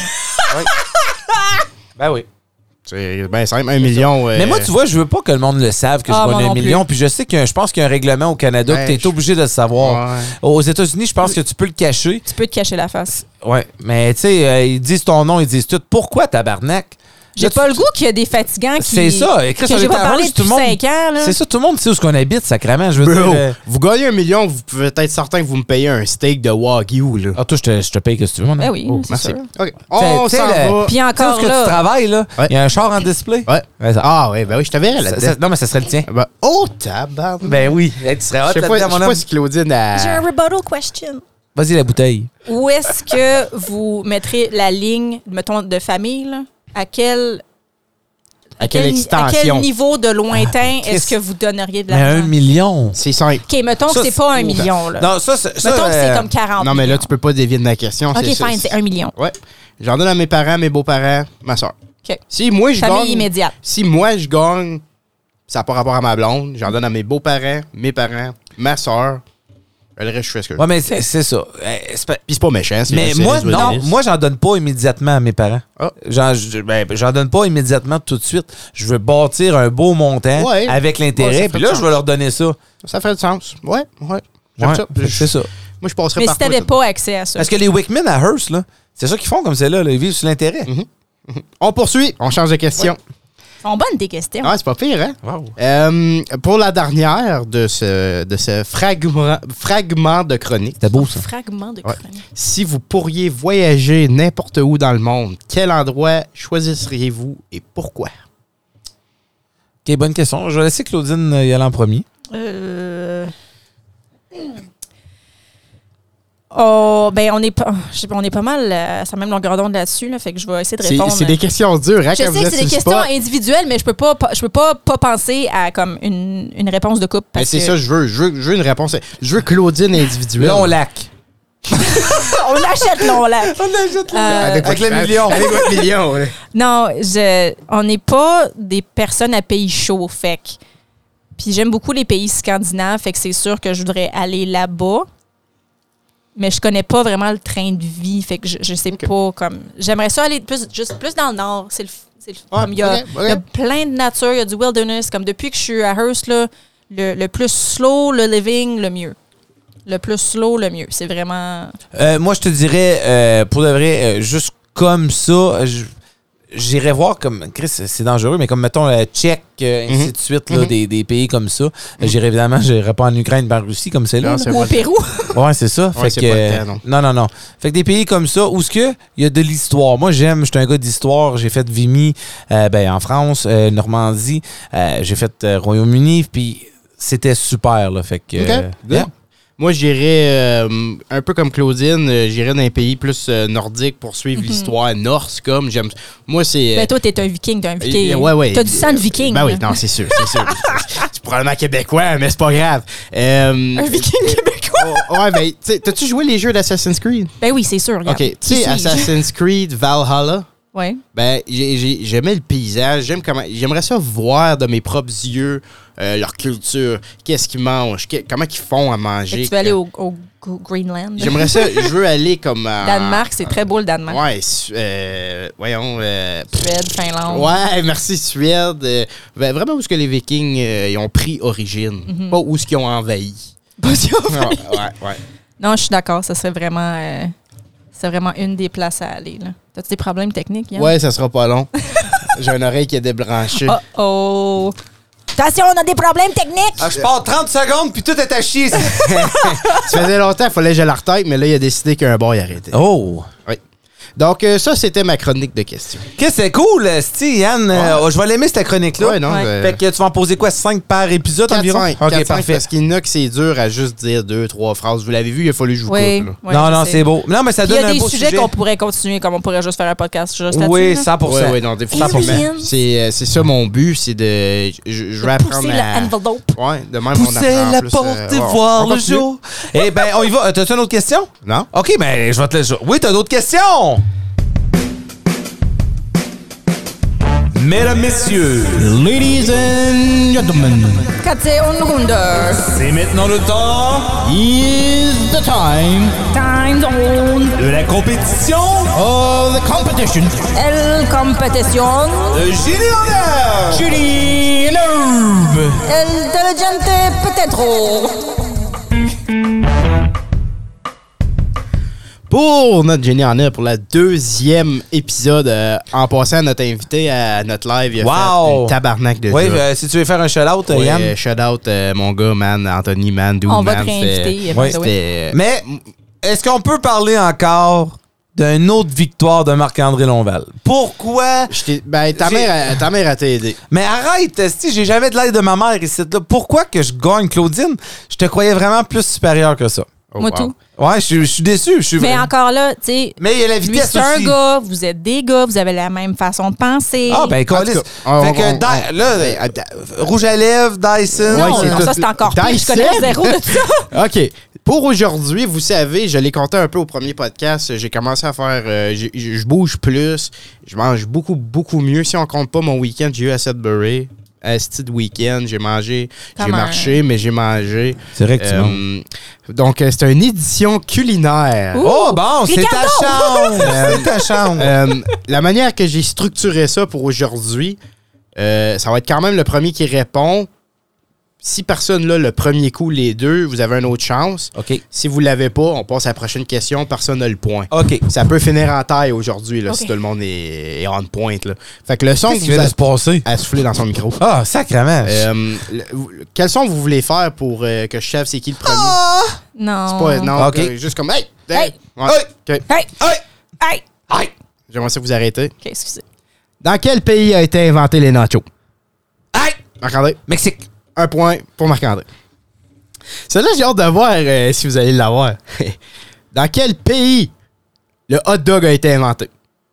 Ben oui. C'est bien simple, un million. euh, Mais moi, tu vois, je veux pas que le monde le sache que Ah, je moi gagne un non plus. million. Puis je sais que je pense qu'il y a un règlement au Canada Ouais, que tu es je- obligé de le savoir. Ouais. Aux États-Unis, je pense que tu peux le cacher. Tu peux te cacher la face. Ouais, mais tu sais, euh, ils disent ton nom, ils disent tout. Pourquoi tabarnak? J'ai Là, pas tu- le goût qu'il y a des fatigants qui. C'est ça. Et Chris, que on j'ai est pas à parlé Hearst, tout depuis le monde- cinq ans. Là. C'est ça, tout le monde sait où est-ce qu'on habite, sacrément. Je veux Bro, dire. euh, vous gagnez un million, vous pouvez être certain que vous me payez un steak de Wagyu, là. Ah, toi, je te, je te paye que tu veux, mon Ben ami. oui, Oh, c'est Merci. sûr. OK. On T'sais, s'en t'sais, le- va. Puis Tu sais où encore est-ce que tu là. travailles, là? Ouais. Il y a un char en display. Ouais. Ouais, ça- Ah, ouais, ben oui, je te verrais ça- là-dedans. ça- non, mais ça serait le tien. Ben, oh, tabarnak. Ben oui. Hey, tu serais hot Je sais pas, là-dedans, je mon sais homme. pas si Claudine a... J'ai un rebuttal question. Vas-y, la bouteille. Où est-ce que vous mettrez la ligne, mettons, de famille, là? À quel. À quelle À extension? quel niveau de lointain Ah, est-ce Chris. que vous donneriez de Mais un l'argent? million. C'est simple. OK, mettons Ça, que c'est c'est- pas un million, là. Non, ça, c'est. ça, mettons que c'est euh, comme quarante Non, mais là, millions. tu peux pas dévier de ma question. OK, c'est ça. fine, c'est un million. Ouais. J'en donne à mes parents, mes beaux-parents, ma soeur. OK. Si moi, je Famille gagne... immédiate. Si moi, je gagne, ça n'a pas rapport à ma blonde, j'en donne à mes beaux-parents, mes parents, ma soeur. Le reste, je fais ce que je veux. Ouais, mais c'est c'est ça. Euh, c'est pas- Puis c'est pas méchant. c'est- Mais c'est moi, résiduel. non, moi, j'en donne pas immédiatement à mes parents. Ah. J'en, je- ben, j'en donne pas immédiatement tout de suite. Je veux bâtir un beau montant Ouais. avec Ouais, l'intérêt, ça fait puis là, du je vais leur donner ça. Ça ferait du sens. Ouais, ouais. J'aime Ouais, ça. fait que c'est ça. Moi, je passerais Mais par si t'avais pas accès à ça. Parce que les Wickman à Hearst, là, c'est ça qu'ils font comme c'est là, là, ils vivent sur l'intérêt. On poursuit. On change de question. On bonne des questions. Ah, c'est pas pire, hein? Wow. Euh, pour la dernière de ce, de ce fragment, fragment de chronique, C'était beau, ça. Fragment de Ouais. chronique. si vous pourriez voyager n'importe où dans le monde, quel endroit choisiriez-vous et pourquoi? OK, bonne question. Je vais laisser Claudine euh, y aller en premier. Euh... Oh, On, ben, on est pas, je sais pas, on est pas mal euh, sur la même longueur d'onde là-dessus, là, fait que je vais essayer de C'est, répondre. c'est des questions dures, hein, Je quand sais vous que êtes c'est des sur le questions spot. individuelles, mais je peux pas, pas- je peux pas, pas penser à comme une, une réponse de couple. Ben, Parce c'est que ça, je veux, je veux. Je veux une réponse. Je veux Claudine individuelle. Là, on lac. on l'achète, là, on l'a. On l'achète Euh, Avec, Avec votre- le million. Avec votre million, là. Non, je, on n'est pas des personnes à pays chaud, fait que. Puis j'aime beaucoup les pays scandinaves, fait que c'est sûr que je voudrais aller là-bas. Mais je connais pas vraiment le train de vie, fait que je, je sais Ok. pas comme. J'aimerais ça aller plus, juste plus dans le nord. C'est le, c'est le- Ouais, comme il y a, ok, ok. il y a plein de nature, il y a du wilderness. Comme depuis que je suis à Hearst, là, le, le plus slow le living, le mieux. Le plus slow, le mieux. C'est vraiment. Euh, moi, je te dirais, euh, pour de vrai, euh, juste comme ça, je- j'irais voir comme. Chris, c'est dangereux, mais comme mettons le Tchèque, euh, ainsi Mhm. de suite, là, Mhm. des, des pays comme ça. Euh, J'irais évidemment, j'irais pas en Ukraine, pas en Russie, comme c'est là. Non, là. c'est Ou au pas- Pérou. Ouais, c'est ça. Ouais, fait c'est que, pas le cas, non. non, non, non. Fait que des pays comme ça, où ce que il y a de l'histoire. Moi, j'aime, je suis un gars d'histoire. J'ai fait Vimy, euh, ben, en France, euh, Normandie. Euh, j'ai fait euh, Royaume-Uni, puis c'était super, là. Fait que. OK, euh, good. yeah. Moi, j'irais euh, un peu comme Claudine, euh, j'irais dans un pays plus euh, nordique pour suivre l'histoire norse, comme j'aime. Moi, c'est. Ben, toi, t'es un viking, t'es un viking. Euh, ouais, ouais. T'as du sang de viking. Ben oui, là. non, c'est sûr, c'est sûr. C'est probablement québécois, mais c'est pas grave. Euh, Un viking québécois. oh, ouais, ben, tu sais, t'as-tu joué les jeux d'Assassin's Creed? Ben oui, c'est sûr. Regarde. Ok, tu Qui sais, suis-je? Assassin's Creed Valhalla. Ouais. Ben, j'ai- j'ai- j'aimais le paysage, j'aime comment, j'aimerais ça voir de mes propres yeux euh, leur culture, qu'est-ce qu'ils mangent, que- comment ils font à Fait que manger. tu veux aller au, au- au Greenland. J'aimerais ça, je veux aller comme à... Danemark, c'est très beau le Danemark. Ouais, Su- euh, voyons... euh, Suède, Finlande. ouais, merci Suède. euh, ben, vraiment où est-ce que les Vikings euh, ils ont pris origine, Mhm. pas où est-ce qu'ils ont envahi. Pas sûr. ouais, ouais, ouais. Non, je suis d'accord. Ça serait vraiment, euh, c'est vraiment une des places à aller. Là. T'as-tu des problèmes techniques, Yann? Ouais, ça sera pas long. J'ai une oreille qui est débranchée. Oh oh. Attention, on a des problèmes techniques. Ah, je pars trente secondes, puis tout est à chier. Ça faisait longtemps, il fallait que je la retête, mais là, il a décidé qu'un bar, il arrêtait. Oh! Donc, euh, ça, c'était ma chronique de questions. Qu'est-ce que c'est cool, Steve, Yann. Euh, je vais l'aimer, cette chronique-là. Ouais, non, Ouais. euh, Fait que tu vas en poser quoi, cinq par épisode quatre, environ? cinq, Ok, quatre, cinq, parfait. parce qu'il y en a que c'est dur à juste dire deux, trois phrases. Vous l'avez vu, il a fallu que je vous Oui. coupe. là. ouais, non, je non, sais. c'est beau. Non, mais ça Puis il donne y a un des beau sujets sujet. qu'on pourrait continuer, comme on pourrait juste faire un podcast juste là-dessus. Oui, là. cent pour cent. Ouais, ouais, non, définitivement. Aliens. C'est euh, c'est ça mon but, c'est de. Je, je veux apprendre Pousser à. le envelope. Ouais, de même on Pousser apprend la plus, porte euh, et ouais, voir on le continue. jour. Eh ben, on y va. Euh, T'as-tu une autre question? Non? OK, ben, je vais te laisser. Oui, t'as d'autres questions? Mesdames, messieurs, Ladies and gentlemen, Katze und Runde. c'est maintenant le temps is the time Time zone. de la compétition of the competition. El competition. Le Génie honneur! Judy Noob! El diligente peut-être. Pour notre génie en or, pour le deuxième épisode, euh, en passant à notre invité à notre live, il a Wow! fait une tabarnak de Oui, job. euh, si tu veux faire un shout-out, Ouais, Yann. euh, shout out euh, mon gars, man, Anthony, man, dude, On va man. te réinviter. c'était- by the way. C'était. Mais est-ce qu'on peut parler encore d'une autre victoire de Marc-André Lonval? Pourquoi? Je t'ai- Ben, ta J'ai- mère, a- ta mère a t'aidé. Mais arrête, esti, j'ai jamais de l'aide de ma mère ici. Là. Pourquoi que je gagne, Claudine? Je te croyais vraiment plus supérieur que ça. Oh, Moi wow. tout. Ouais, je suis- je suis déçu. Je suis Mais vraiment- encore là, tu sais, Mais il y a la lui, vitesse c'est un aussi. gars, vous êtes des gars, vous avez la même façon de penser. Ah, ben, En tout câlisse. cas, on- Fait que, on- Di- on- là, euh, rouge à lèvres, Dyson. non, ouais, c'est non, tout- ça, c'est encore pire. Je Dyson? connais zéro de ça. OK. Pour aujourd'hui, vous savez, je l'ai compté un peu au premier podcast. J'ai commencé à faire. euh, j'ai- j'ai- je bouge plus. Je mange beaucoup, beaucoup mieux. Si on compte pas mon week-end, j'ai eu à Sudbury. Asti de week-end. J'ai mangé. J'ai Comme un- marché, mais j'ai mangé. C'est vrai que tu Euh, manges. donc, euh, c'est une édition culinaire. Ouh. Oh, bon, c'est ta Ricardo! chance. C'est ta chance. Euh, la manière que j'ai structuré ça pour aujourd'hui, euh, ça va être quand même le premier qui répond. Si personne là, le premier coup, les deux, vous avez une autre chance. OK. Si vous l'avez pas, on passe à la prochaine question. Personne n'a le point. OK. Ça peut finir en taille aujourd'hui là, Ok. si tout le monde est, est on point. Là. Fait que le son que Qu'est-ce qui vous vient de avez se passer? à souffler dans son micro. Ah, sacrément. Euh, le- vous- quel son vous voulez faire pour euh, que je sache c'est qui le premier? Ah! Non. C'est pas, non, Ok. euh, juste comme hey! Hey! Ouais, Hey! ok. Hey! Hey! Hey! Hey! J'aimerais ça que vous arrêtez. OK, excusez. Dans quel pays a été inventé les nachos? Hey! Marc-André? Mexique. Un point pour Marc-André. Celle-là, j'ai hâte de voir euh, si vous allez l'avoir. Dans quel pays le hot dog a été inventé?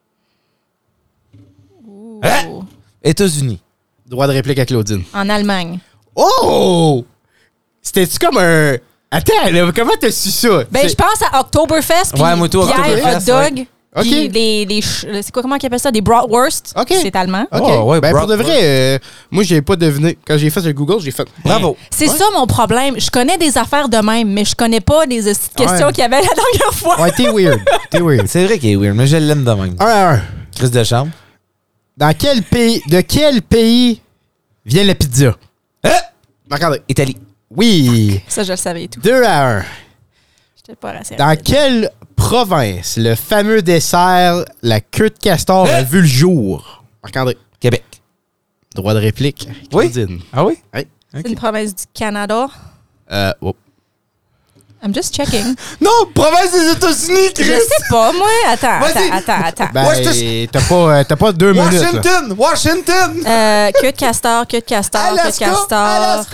Hein? États-Unis. Droit de réplique à Claudine. En Allemagne. Oh! C'était-tu comme un... Attends, là, comment t'as su ça? Ben, C'est- je pense à Oktoberfest. Puis Ouais, moi, tout, Pierre Oktoberfest, hot dog. ouais. Puis Ok. les, les ch- c'est quoi, comment ils appellent ça? Des bratwurst. Ok. C'est allemand. OK. Oh, ouais, ben, pour de Brock- vrai, euh, moi, j'ai pas deviné. Quand j'ai fait sur Google, j'ai fait... Bravo. C'est ça mon problème. Je connais des affaires de même, mais je connais pas des petites questions Ouais. qu'il y avait la dernière fois. Ouais, t'es weird. T'es weird. C'est vrai qu'il est weird, mais je l'aime de même. Un à un. Chris de chambre. Dans quel pays... De quel pays vient la pizza? Hein? Regardez. Italie. Oui. Ça, je le savais et tout. Deux à un. J'étais pas assez Dans rapide. quelle province le fameux dessert, la queue de castor, a vu le jour? Marc-André. Québec. Droit de réplique. Oui. Claudine. Ah oui? Oui. C'est une province du Canada. Euh, oh. I'm just checking. Non, province des États-Unis, Je sais pas, moi. Attends, Vas-y. attends, attends, attends. Ben, Ouais, je te- t'as pas, euh, t'as pas deux minutes. là. Washington! Washington! Euh, queue de castor, queue de castor, queue de Alaska! castor. Alaska!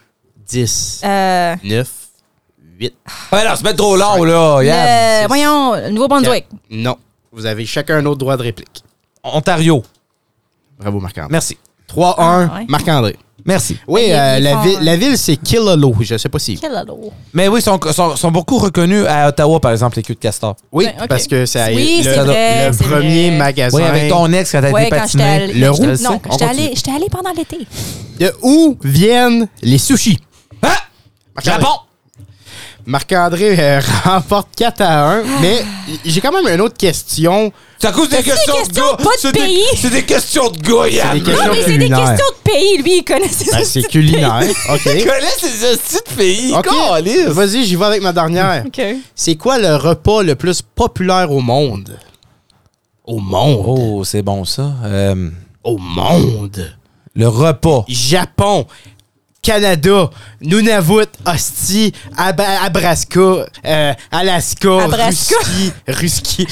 dix, Euh, neuf, huit. Ouais, non, c'est pas trop long, là. le- Yann. six, voyons, le Nouveau-Brunswick. Non. Vous avez chacun un autre droit de réplique. Ontario. Bravo, Marc-André. Merci. trois un, Ah, ouais. Marc-André. Merci. Oui, Ils- euh, ils la, font, ville, euh, la ville, c'est Killaloe. Je sais pas si. Quel ado. Mais oui, ils sont, sont, sont beaucoup reconnus à Ottawa, par exemple, les queues de castor. Oui, Ouais, ok. parce que c'est Oui, le, c'est vrai, le c'est premier vrai. magasin. Oui, avec ton ex quand t'as Ouais, été quand j'étais patiné. allée. Le roux, Non, on j'étais continue. allée, j'étais allée pendant l'été. De où viennent les sushis? Hein? Marc-André. Japon! Marc-André euh, remporte quatre à un, mais j'ai quand même une autre question. C'est à cause des C'est des questions de questions gars. pas de C'est des- pays. C'est des questions de gars, Yann. des questions- Non, mais c'est des culinaire. questions de pays. Lui, il connaît ses Ben, hosties c'est de culinaire. Il OK. connaît ces hosties de pays. OK. Calisse. Vas-y, j'y vais avec ma dernière. pays. OK. C'est quoi le repas le plus populaire au monde? Au monde. Oh, c'est bon, ça. Euh, Au monde. le repas. Japon. Canada, Nunavut, Hostie, Ab- Abraska, euh, Alaska, Abraska. Ruski, Ruski.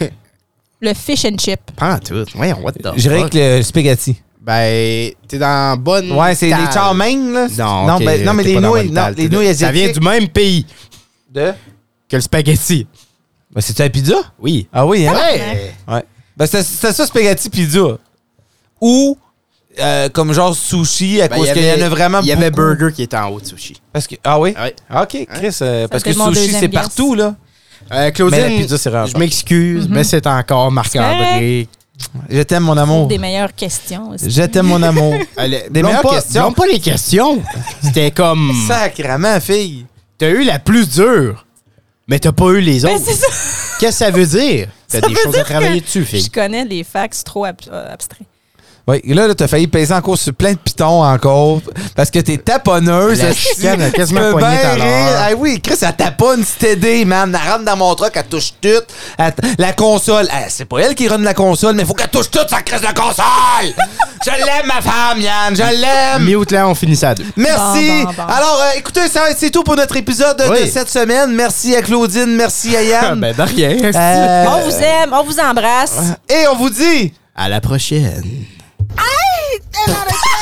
Le fish and chip. Pas en tout. Voyons, what the Je dirais fuck? que le spaghetti. Ben, t'es dans la bonne. Ouais, c'est table. les chow mein, là. Non, non, ok, ben, non mais t'es les pas dans la nouilles, bonne non, table. les T'es nouilles dans- asiatiques. Ça vient du même pays De? que le spaghetti. Ben, c'est-tu la pizza? Oui. Ah oui, hein? Ouais. Ouais. Ben, c'est c'est ça, spaghetti pizza. Ou, euh, comme genre sushi, à Ben, cause il y qu'il y en avait- a vraiment Il y avait beaucoup. burger qui était en haut de sushi. Parce que, ah oui? Ouais. Ah, OK, Chris, euh, parce que c'était mon sushi, deuxième c'est guess. partout, là. Euh, Claudine, Mais la pizza, c'est vraiment je m'excuse, mais c'est encore Marc-André. Je t'aime, mon amour. Des meilleures questions aussi. Je t'aime, mon amour. Allez, Des blâme meilleures pas, questions. blâme pas les questions. C'était comme... Sacrement, fille. T'as eu la plus dure, mais t'as pas eu les Ben, autres. c'est ça. Qu'est-ce que ça veut dire? T'as Ça des veut choses à dire travailler que dessus, Je fille. connais des facts trop ab- euh, abstraits. Oui, là, là t'as failli peser encore sur plein de pitons encore. Parce que t'es taponneuse. La esti. chicane a quasiment Tu peux poigné bien tout à rire. l'heure. Ah oui, Chris, elle taponne stédé, man. Elle rentre dans mon truck, elle touche tout. Elle- la console, elle- c'est pas elle qui run la console, mais faut qu'elle touche tout, ça crisse la console. Je l'aime, ma femme, Yann. Je l'aime. Mute là, on finit ça à deux. Merci. Bon, bon, bon. Alors, euh, écoutez, ça, c'est tout pour notre épisode de, Oui. de cette semaine. Merci à Claudine, merci à Yann. ben, de rien. Euh, On vous aime, on vous embrasse. Et on vous dit... À la prochaine. Hey, t'es dans le-